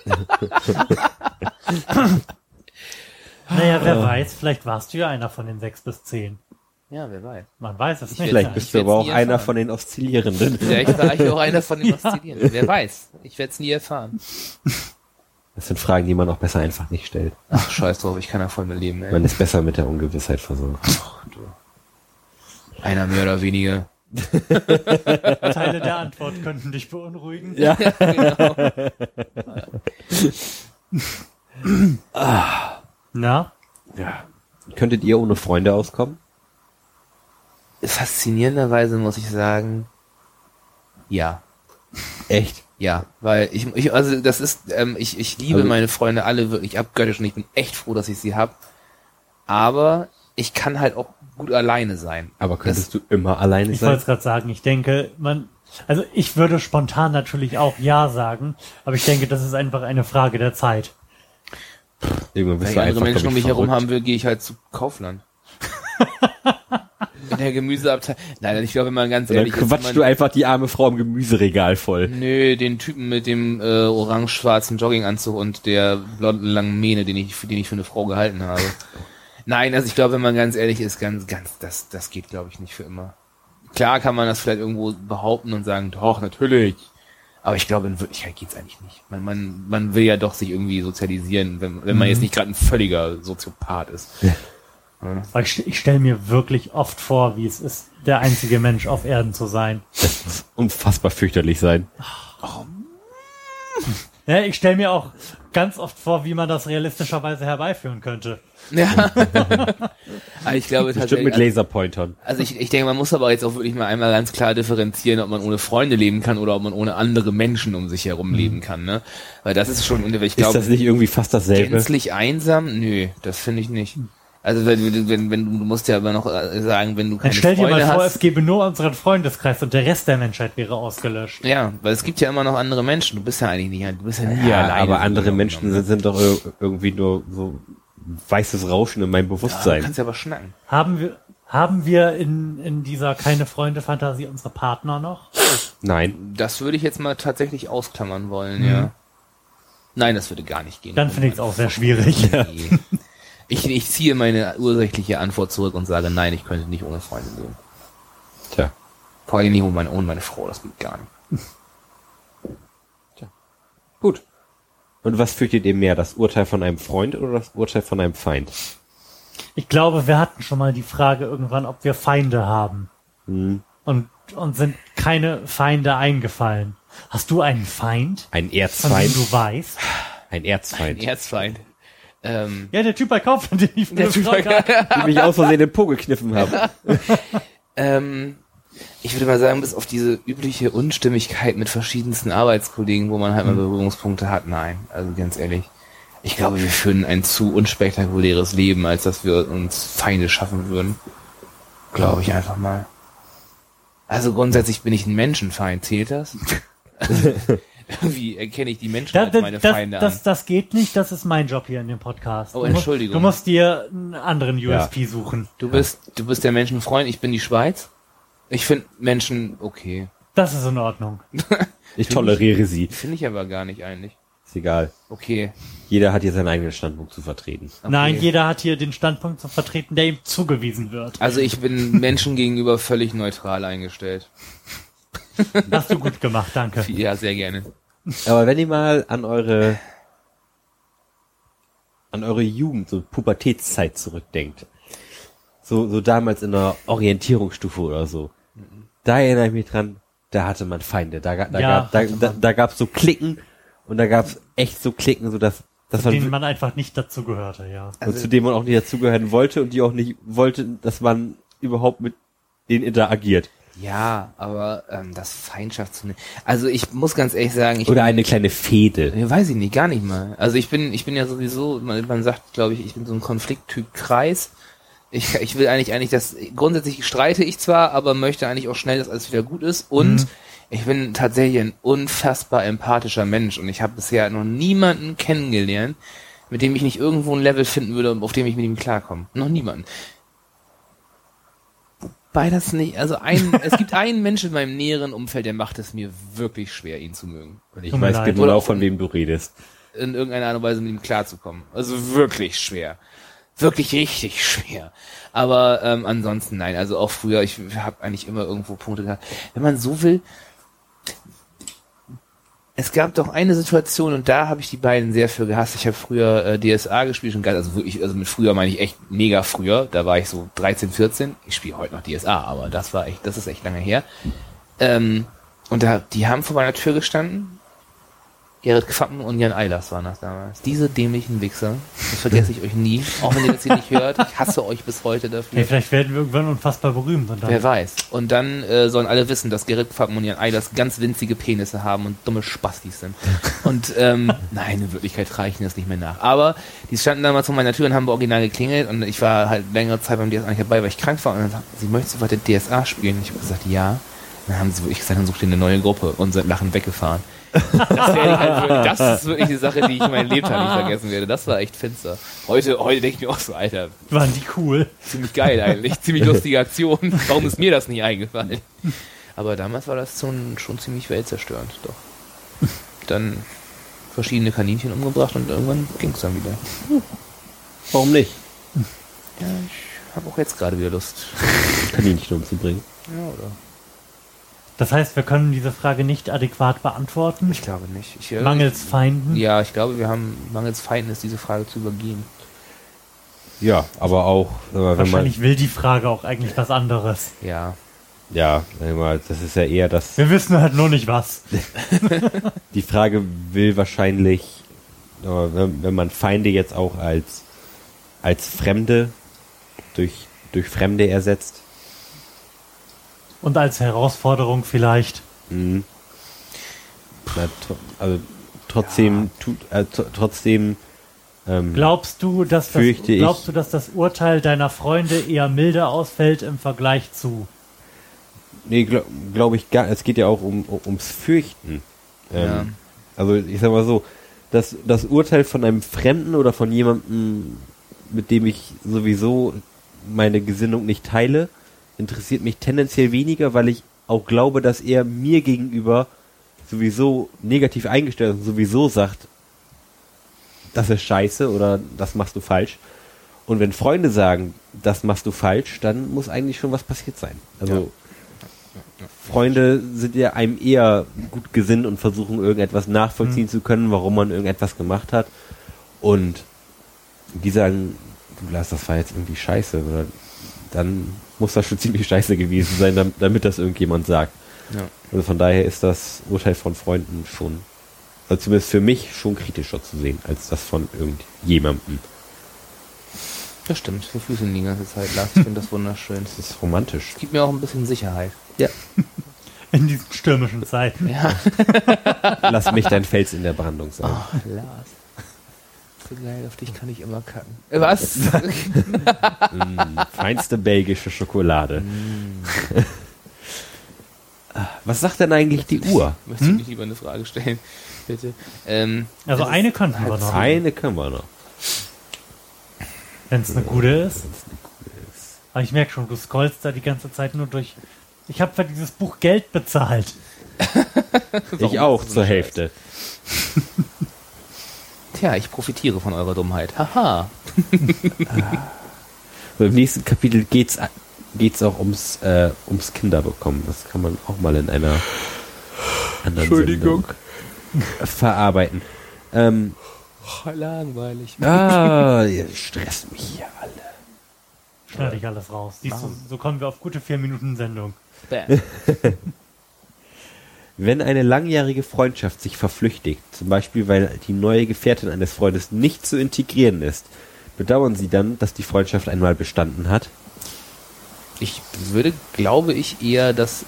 Naja, wer weiß, vielleicht warst du ja einer von den 6 bis 10. Ja, wer weiß. Man weiß es nicht. Vielleicht bist du werd's aber auch nie einer erfahren. von den Oszillierenden. Vielleicht war ich auch einer von den Oszillierenden. Wer weiß. Ich werde es nie erfahren. Das sind Fragen, die man auch besser einfach nicht stellt. Ach, scheiß drauf, ich kann ja voll mit leben, ey. Man ist besser mit der Ungewissheit versorgt. Einer mehr oder weniger. Teile der Antwort könnten dich beunruhigen. Ja. Genau. Na? Ja. Könntet ihr ohne Freunde auskommen? Faszinierenderweise muss ich sagen, ja. Echt? Ja, weil ich also das ist, ich liebe Also- meine Freunde alle wirklich abgöttisch und ich bin echt froh, dass ich sie hab. Aber ich kann halt auch gut alleine sein. Aber könntest du immer alleine Ich wollte sein? es gerade sagen, ich denke, also ich würde spontan natürlich auch Ja sagen, aber ich denke, das ist einfach eine Frage der Zeit. Irgendwann Wenn bist ich du andere einfach, Menschen glaub um ich, mich herum verrückt. haben will, gehe ich halt zu Kaufland. In der Gemüseabteilung. Nein, ich glaube, wenn man ganz Und dann ehrlich ist, quatschst du einfach die arme Frau im Gemüseregal voll. nö, den Typen mit dem orange-schwarzen Jogginganzug und der blonden langen Mähne, den ich für eine Frau gehalten habe. Nein, also ich glaube, wenn man ganz ehrlich ist, das geht, glaube ich, nicht für immer. Klar kann man das vielleicht irgendwo behaupten und sagen, doch, natürlich. Aber ich glaube, in Wirklichkeit geht's eigentlich nicht. Man will ja doch sich irgendwie sozialisieren, wenn man jetzt nicht gerade ein völliger Soziopath ist. Ja. Weil ich stelle mir wirklich oft vor, wie es ist, der einzige Mensch auf Erden zu sein. Das muss unfassbar fürchterlich sein. Ja, ich stelle mir auch ganz oft vor, wie man das realistischerweise herbeiführen könnte. Ja. Aber ich glaube Bestimmt tatsächlich, mit Laserpointern. also ich denke, man muss aber jetzt auch wirklich mal einmal ganz klar differenzieren, ob man ohne Freunde leben kann oder ob man ohne andere Menschen um sich herum leben kann, ne? Weil das ist schon, ich Ist glaube, das nicht irgendwie fast dasselbe? gänzlich einsam? Nö, das finde ich nicht. Also wenn du musst ja aber noch sagen, wenn du Dann keine stell dir Freunde mal vor, hast. es gäbe nur unseren Freundeskreis und der Rest der Menschheit wäre ausgelöscht. Ja, weil es gibt ja immer noch andere Menschen. Du bist ja eigentlich nicht, du bist ja nie Ja, alleine. aber so andere genommen, Menschen ne? sind doch irgendwie nur so weißes Rauschen in meinem Du Bewusstsein. kannst ja aber schnacken. Haben wir in dieser keine Freunde-Fantasie unsere Partner noch? Nein. Das würde ich jetzt mal tatsächlich ausklammern wollen, ja. Nein, das würde gar nicht gehen. Dann finde ich es auch sehr schwierig. Nee. Ich ziehe meine ursächliche Antwort zurück und sage, nein, ich könnte nicht ohne Freunde leben. Tja. Vor allem nicht ohne meine Frau, das geht gar nicht. Gut. Und was fürchtet ihr mehr, das Urteil von einem Freund oder das Urteil von einem Feind? Ich glaube, wir hatten schon mal die Frage irgendwann, ob wir Feinde haben. Hm. Und uns sind keine Feinde eingefallen. Hast du einen Feind, Ein von dem Erzfeind? du weißt? Ein Erzfeind. Ein Erzfeind. Ja, der Typ bei Kaufland, den ich Der Typ bei Die mich aus Versehen den Po gekniffen haben. Ich würde mal sagen, bis auf diese übliche Unstimmigkeit mit verschiedensten Arbeitskollegen, wo man halt mal Berührungspunkte hat, nein. Also ganz ehrlich. Ich glaube, wir führen ein zu unspektakuläres Leben, als dass wir uns Feinde schaffen würden. Glaube ich einfach mal. Also grundsätzlich bin ich ein Menschenfeind. Zählt das? Wie erkenne ich die Menschen als meine Feinde an? Das geht nicht, das ist mein Job hier in dem Podcast. Oh, Entschuldigung. Du musst dir einen anderen USP suchen. Du bist der Menschenfreund, ich bin die Schweiz. Ich finde Menschen okay. Das ist in Ordnung. Ich toleriere sie. Finde ich aber gar nicht eigentlich. Ist egal. Okay. Jeder hat hier seinen eigenen Standpunkt zu vertreten. Nein, jeder hat hier den Standpunkt zu vertreten, der ihm zugewiesen wird. Also ich bin Menschen gegenüber völlig neutral eingestellt. Hast du gut gemacht, danke. Ja, sehr gerne. Aber wenn ihr mal an eure Jugend, so Pubertätszeit zurückdenkt, so damals in der Orientierungsstufe oder so, da erinnere ich mich dran, da hatte man Feinde, da gab's so Klicken und da gab's echt so Klicken, so dass dass zu denen man einfach nicht dazu gehörte, ja. und zu dem man auch nicht dazugehören wollte und die auch nicht wollte, dass man überhaupt mit denen interagiert. Ja, aber das Feindschaft zu nennen. Also ich muss ganz ehrlich sagen, Oder eine kleine Fehde. weiß ich nicht, gar nicht mal. Also ich bin ja sowieso, man sagt, glaube ich bin so ein Konflikttyp Kreis. Ich will eigentlich, dass grundsätzlich streite ich zwar, aber möchte eigentlich auch schnell, dass alles wieder gut ist. Und ich bin tatsächlich ein unfassbar empathischer Mensch und ich habe bisher noch niemanden kennengelernt, mit dem ich nicht irgendwo ein Level finden würde, auf dem ich mit ihm klarkomme. Noch niemanden. Wobei das nicht, also es gibt einen Menschen in meinem näheren Umfeld, der macht es mir wirklich schwer, ihn zu mögen. Und ich weiß genau, von wem du redest. In irgendeiner Art und Weise mit ihm klarzukommen. Also wirklich schwer. Wirklich richtig schwer. Aber ansonsten nein, also auch früher, ich habe eigentlich immer irgendwo Punkte gehabt. Wenn man so will, es gab doch eine Situation und da habe ich die beiden sehr für gehasst. Ich habe früher DSA gespielt und also wirklich, also mit früher meine ich echt mega früher. Da war ich so 13, 14. Ich spiele heute noch DSA, aber das ist echt lange her. Und die haben vor meiner Tür gestanden. Gerrit Quappen und Jan Eilers waren das damals. Diese dämlichen Wichser. Das vergesse ich euch nie. Auch wenn ihr das hier nicht hört. Ich hasse euch bis heute dafür. Hey, vielleicht werden wir irgendwann unfassbar berühmt. Und dann Wer weiß. Und dann sollen alle wissen, dass Gerrit Quappen und Jan Eilers ganz winzige Penisse haben und dumme Spastis sind. Und nein, in Wirklichkeit reichen das nicht mehr nach. Aber die standen damals vor meiner Tür und haben original geklingelt und ich war halt längere Zeit beim DSA nicht dabei, weil ich krank war. Und dann sagten sie, möchtest du weiter DSA spielen? Ich habe gesagt, ja. Dann haben sie wirklich gesagt, dann such dir eine neue Gruppe und sind lachend weggefahren. Das ist wirklich die Sache, die ich in meinem Lebtag nicht vergessen werde. Das war echt finster. Heute denke ich mir auch so, Alter. waren die cool. Ziemlich geil eigentlich. Ziemlich lustige Aktion. Warum ist mir das nicht eingefallen? Aber damals war das schon ziemlich weltzerstörend, doch. Dann verschiedene Kaninchen umgebracht und irgendwann ging es dann wieder. Warum nicht? Ja, ich habe auch jetzt gerade wieder Lust. Kaninchen umzubringen. Ja, oder? Das heißt, wir können diese Frage nicht adäquat beantworten. Ich glaube nicht. Mangels Feinden. Ja, ich glaube, mangels Feinden ist diese Frage zu übergehen. Ja, aber auch, wenn man, Wahrscheinlich will die Frage auch eigentlich was anderes. Ja. ja, das ist ja eher das, Wir wissen halt nur nicht was. die Frage will wahrscheinlich, wenn man Feinde jetzt auch als Fremde durch Fremde ersetzt. Und als Herausforderung vielleicht. Mhm. Also trotzdem Glaubst du, dass fürchte das Urteil deiner Freunde eher milder ausfällt im Vergleich zu? Nee, glaube ich gar. Es geht ja auch ums Fürchten. Ja. Also ich sag mal so, das Urteil von einem Fremden oder von jemandem, mit dem ich sowieso meine Gesinnung nicht teile, interessiert mich tendenziell weniger, weil ich auch glaube, dass er mir gegenüber sowieso negativ eingestellt ist und sowieso sagt, das ist scheiße oder das machst du falsch. Und wenn Freunde sagen, das machst du falsch, dann muss eigentlich schon was passiert sein. Also Freunde sind ja einem eher gut gesinnt und versuchen irgendetwas nachvollziehen zu können, warum man irgendetwas gemacht hat. Und die sagen, du Lars, das war jetzt irgendwie scheiße. Oder dann muss das schon ziemlich scheiße gewesen sein, damit das irgendjemand sagt. Ja. Also von daher ist das Urteil von Freunden schon, also zumindest für mich, schon kritischer zu sehen, als das von irgendjemandem. Das stimmt, wir fühlen die ganze Zeit, Lars. Ich finde das wunderschön. Das ist romantisch. Es gibt mir auch ein bisschen Sicherheit. Ja. In diesen stürmischen Zeiten. Ja. Lass mich dein Fels in der Brandung sein. Oh, Lars. So geil, auf dich kann ich immer kacken. Was? Feinste belgische Schokolade. Was sagt denn eigentlich die Uhr? Möchtest du mich lieber eine Frage stellen? Bitte. Also eine könnten wir noch. Eine können wir noch. Wenn es eine gute ist. Aber ich merke schon, du scrollst da die ganze Zeit nur durch. Ich habe für dieses Buch Geld bezahlt. Ich auch zur Hälfte. Tja, ich profitiere von eurer Dummheit. Haha. So, im nächsten Kapitel geht's auch ums Kinderbekommen. Das kann man auch mal in einer anderen Sendung verarbeiten. Langweilig. Ihr stresst mich hier alle. Schneide ich alles raus. So kommen wir auf gute 4 Minuten Sendung. Bam. Wenn eine langjährige Freundschaft sich verflüchtigt, zum Beispiel weil die neue Gefährtin eines Freundes nicht zu integrieren ist, bedauern Sie dann, dass die Freundschaft einmal bestanden hat? Ich würde, glaube ich, eher das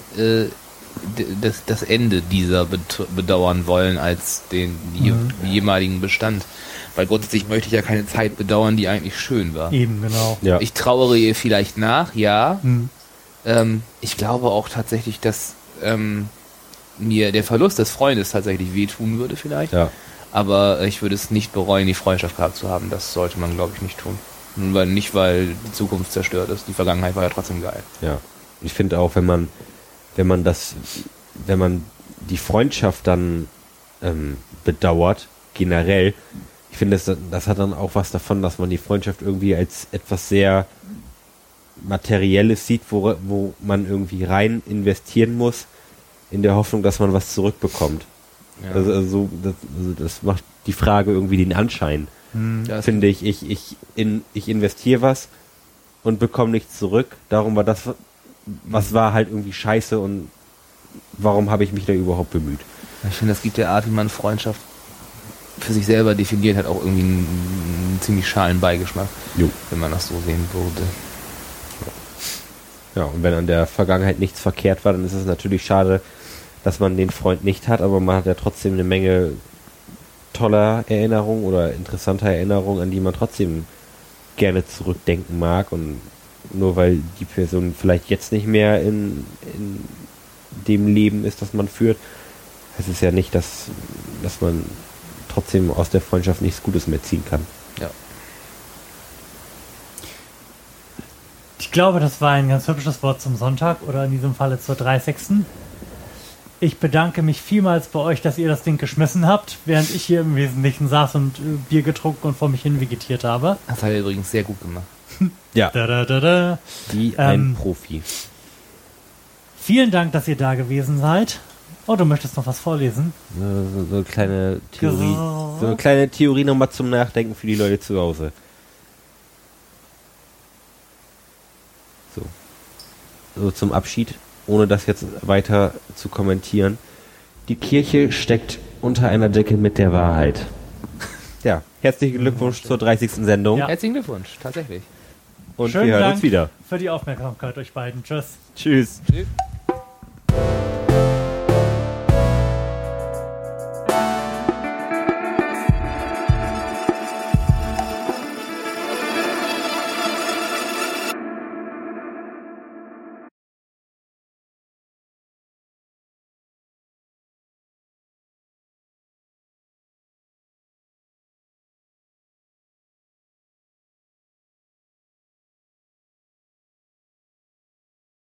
Ende dieser bedauern wollen als den jemaligen Bestand. Weil grundsätzlich möchte ich ja keine Zeit bedauern, die eigentlich schön war. Eben, genau. Ja. Ich trauere ihr vielleicht nach, ja. Ich glaube auch tatsächlich, dass mir der Verlust des Freundes tatsächlich wehtun würde vielleicht. Ja. Aber ich würde es nicht bereuen, die Freundschaft gehabt zu haben. Das sollte man, glaube ich, nicht tun. Nicht, weil die Zukunft zerstört ist. Die Vergangenheit war ja trotzdem geil. Ja. Ich finde auch, wenn man die Freundschaft dann bedauert, generell, ich finde, das hat dann auch was davon, dass man die Freundschaft irgendwie als etwas sehr Materielles sieht, wo man irgendwie rein investieren muss, in der Hoffnung, dass man was zurückbekommt. Ja. Also das macht die Frage irgendwie den Anschein. Finde ich. Ich investiere was und bekomme nichts zurück. Darum war das, was war halt irgendwie scheiße und warum habe ich mich da überhaupt bemüht? Ich finde, das gibt der Art, wie man Freundschaft für sich selber definiert hat, auch irgendwie einen ziemlich schalen Beigeschmack, wenn man das so sehen würde. Ja, und wenn an der Vergangenheit nichts verkehrt war, dann ist es natürlich schade, dass man den Freund nicht hat, aber man hat ja trotzdem eine Menge toller Erinnerungen oder interessanter Erinnerungen, an die man trotzdem gerne zurückdenken mag, und nur weil die Person vielleicht jetzt nicht mehr in dem Leben ist, das man führt, heißt es ja nicht, dass man trotzdem aus der Freundschaft nichts Gutes mehr ziehen kann. Ja. Ich glaube, das war ein ganz hübsches Wort zum Sonntag oder in diesem Falle zur 30. Ich bedanke mich vielmals bei euch, dass ihr das Ding geschmissen habt, während ich hier im Wesentlichen saß und Bier getrunken und vor mich hin vegetiert habe. Das hat er übrigens sehr gut gemacht. Ja, Da. wie ein Profi. Vielen Dank, dass ihr da gewesen seid. Oh, du möchtest noch was vorlesen? So eine kleine Theorie. So eine kleine Theorie nochmal zum Nachdenken für die Leute zu Hause. So zum Abschied, ohne das jetzt weiter zu kommentieren. Die Kirche steckt unter einer Decke mit der Wahrheit. Ja, herzlichen Glückwunsch zur 30. Sendung. Ja. Herzlichen Glückwunsch, tatsächlich. Und Schönen wir hören Dank uns wieder. für die Aufmerksamkeit euch beiden. Tschüss. Tschüss. Tschüss.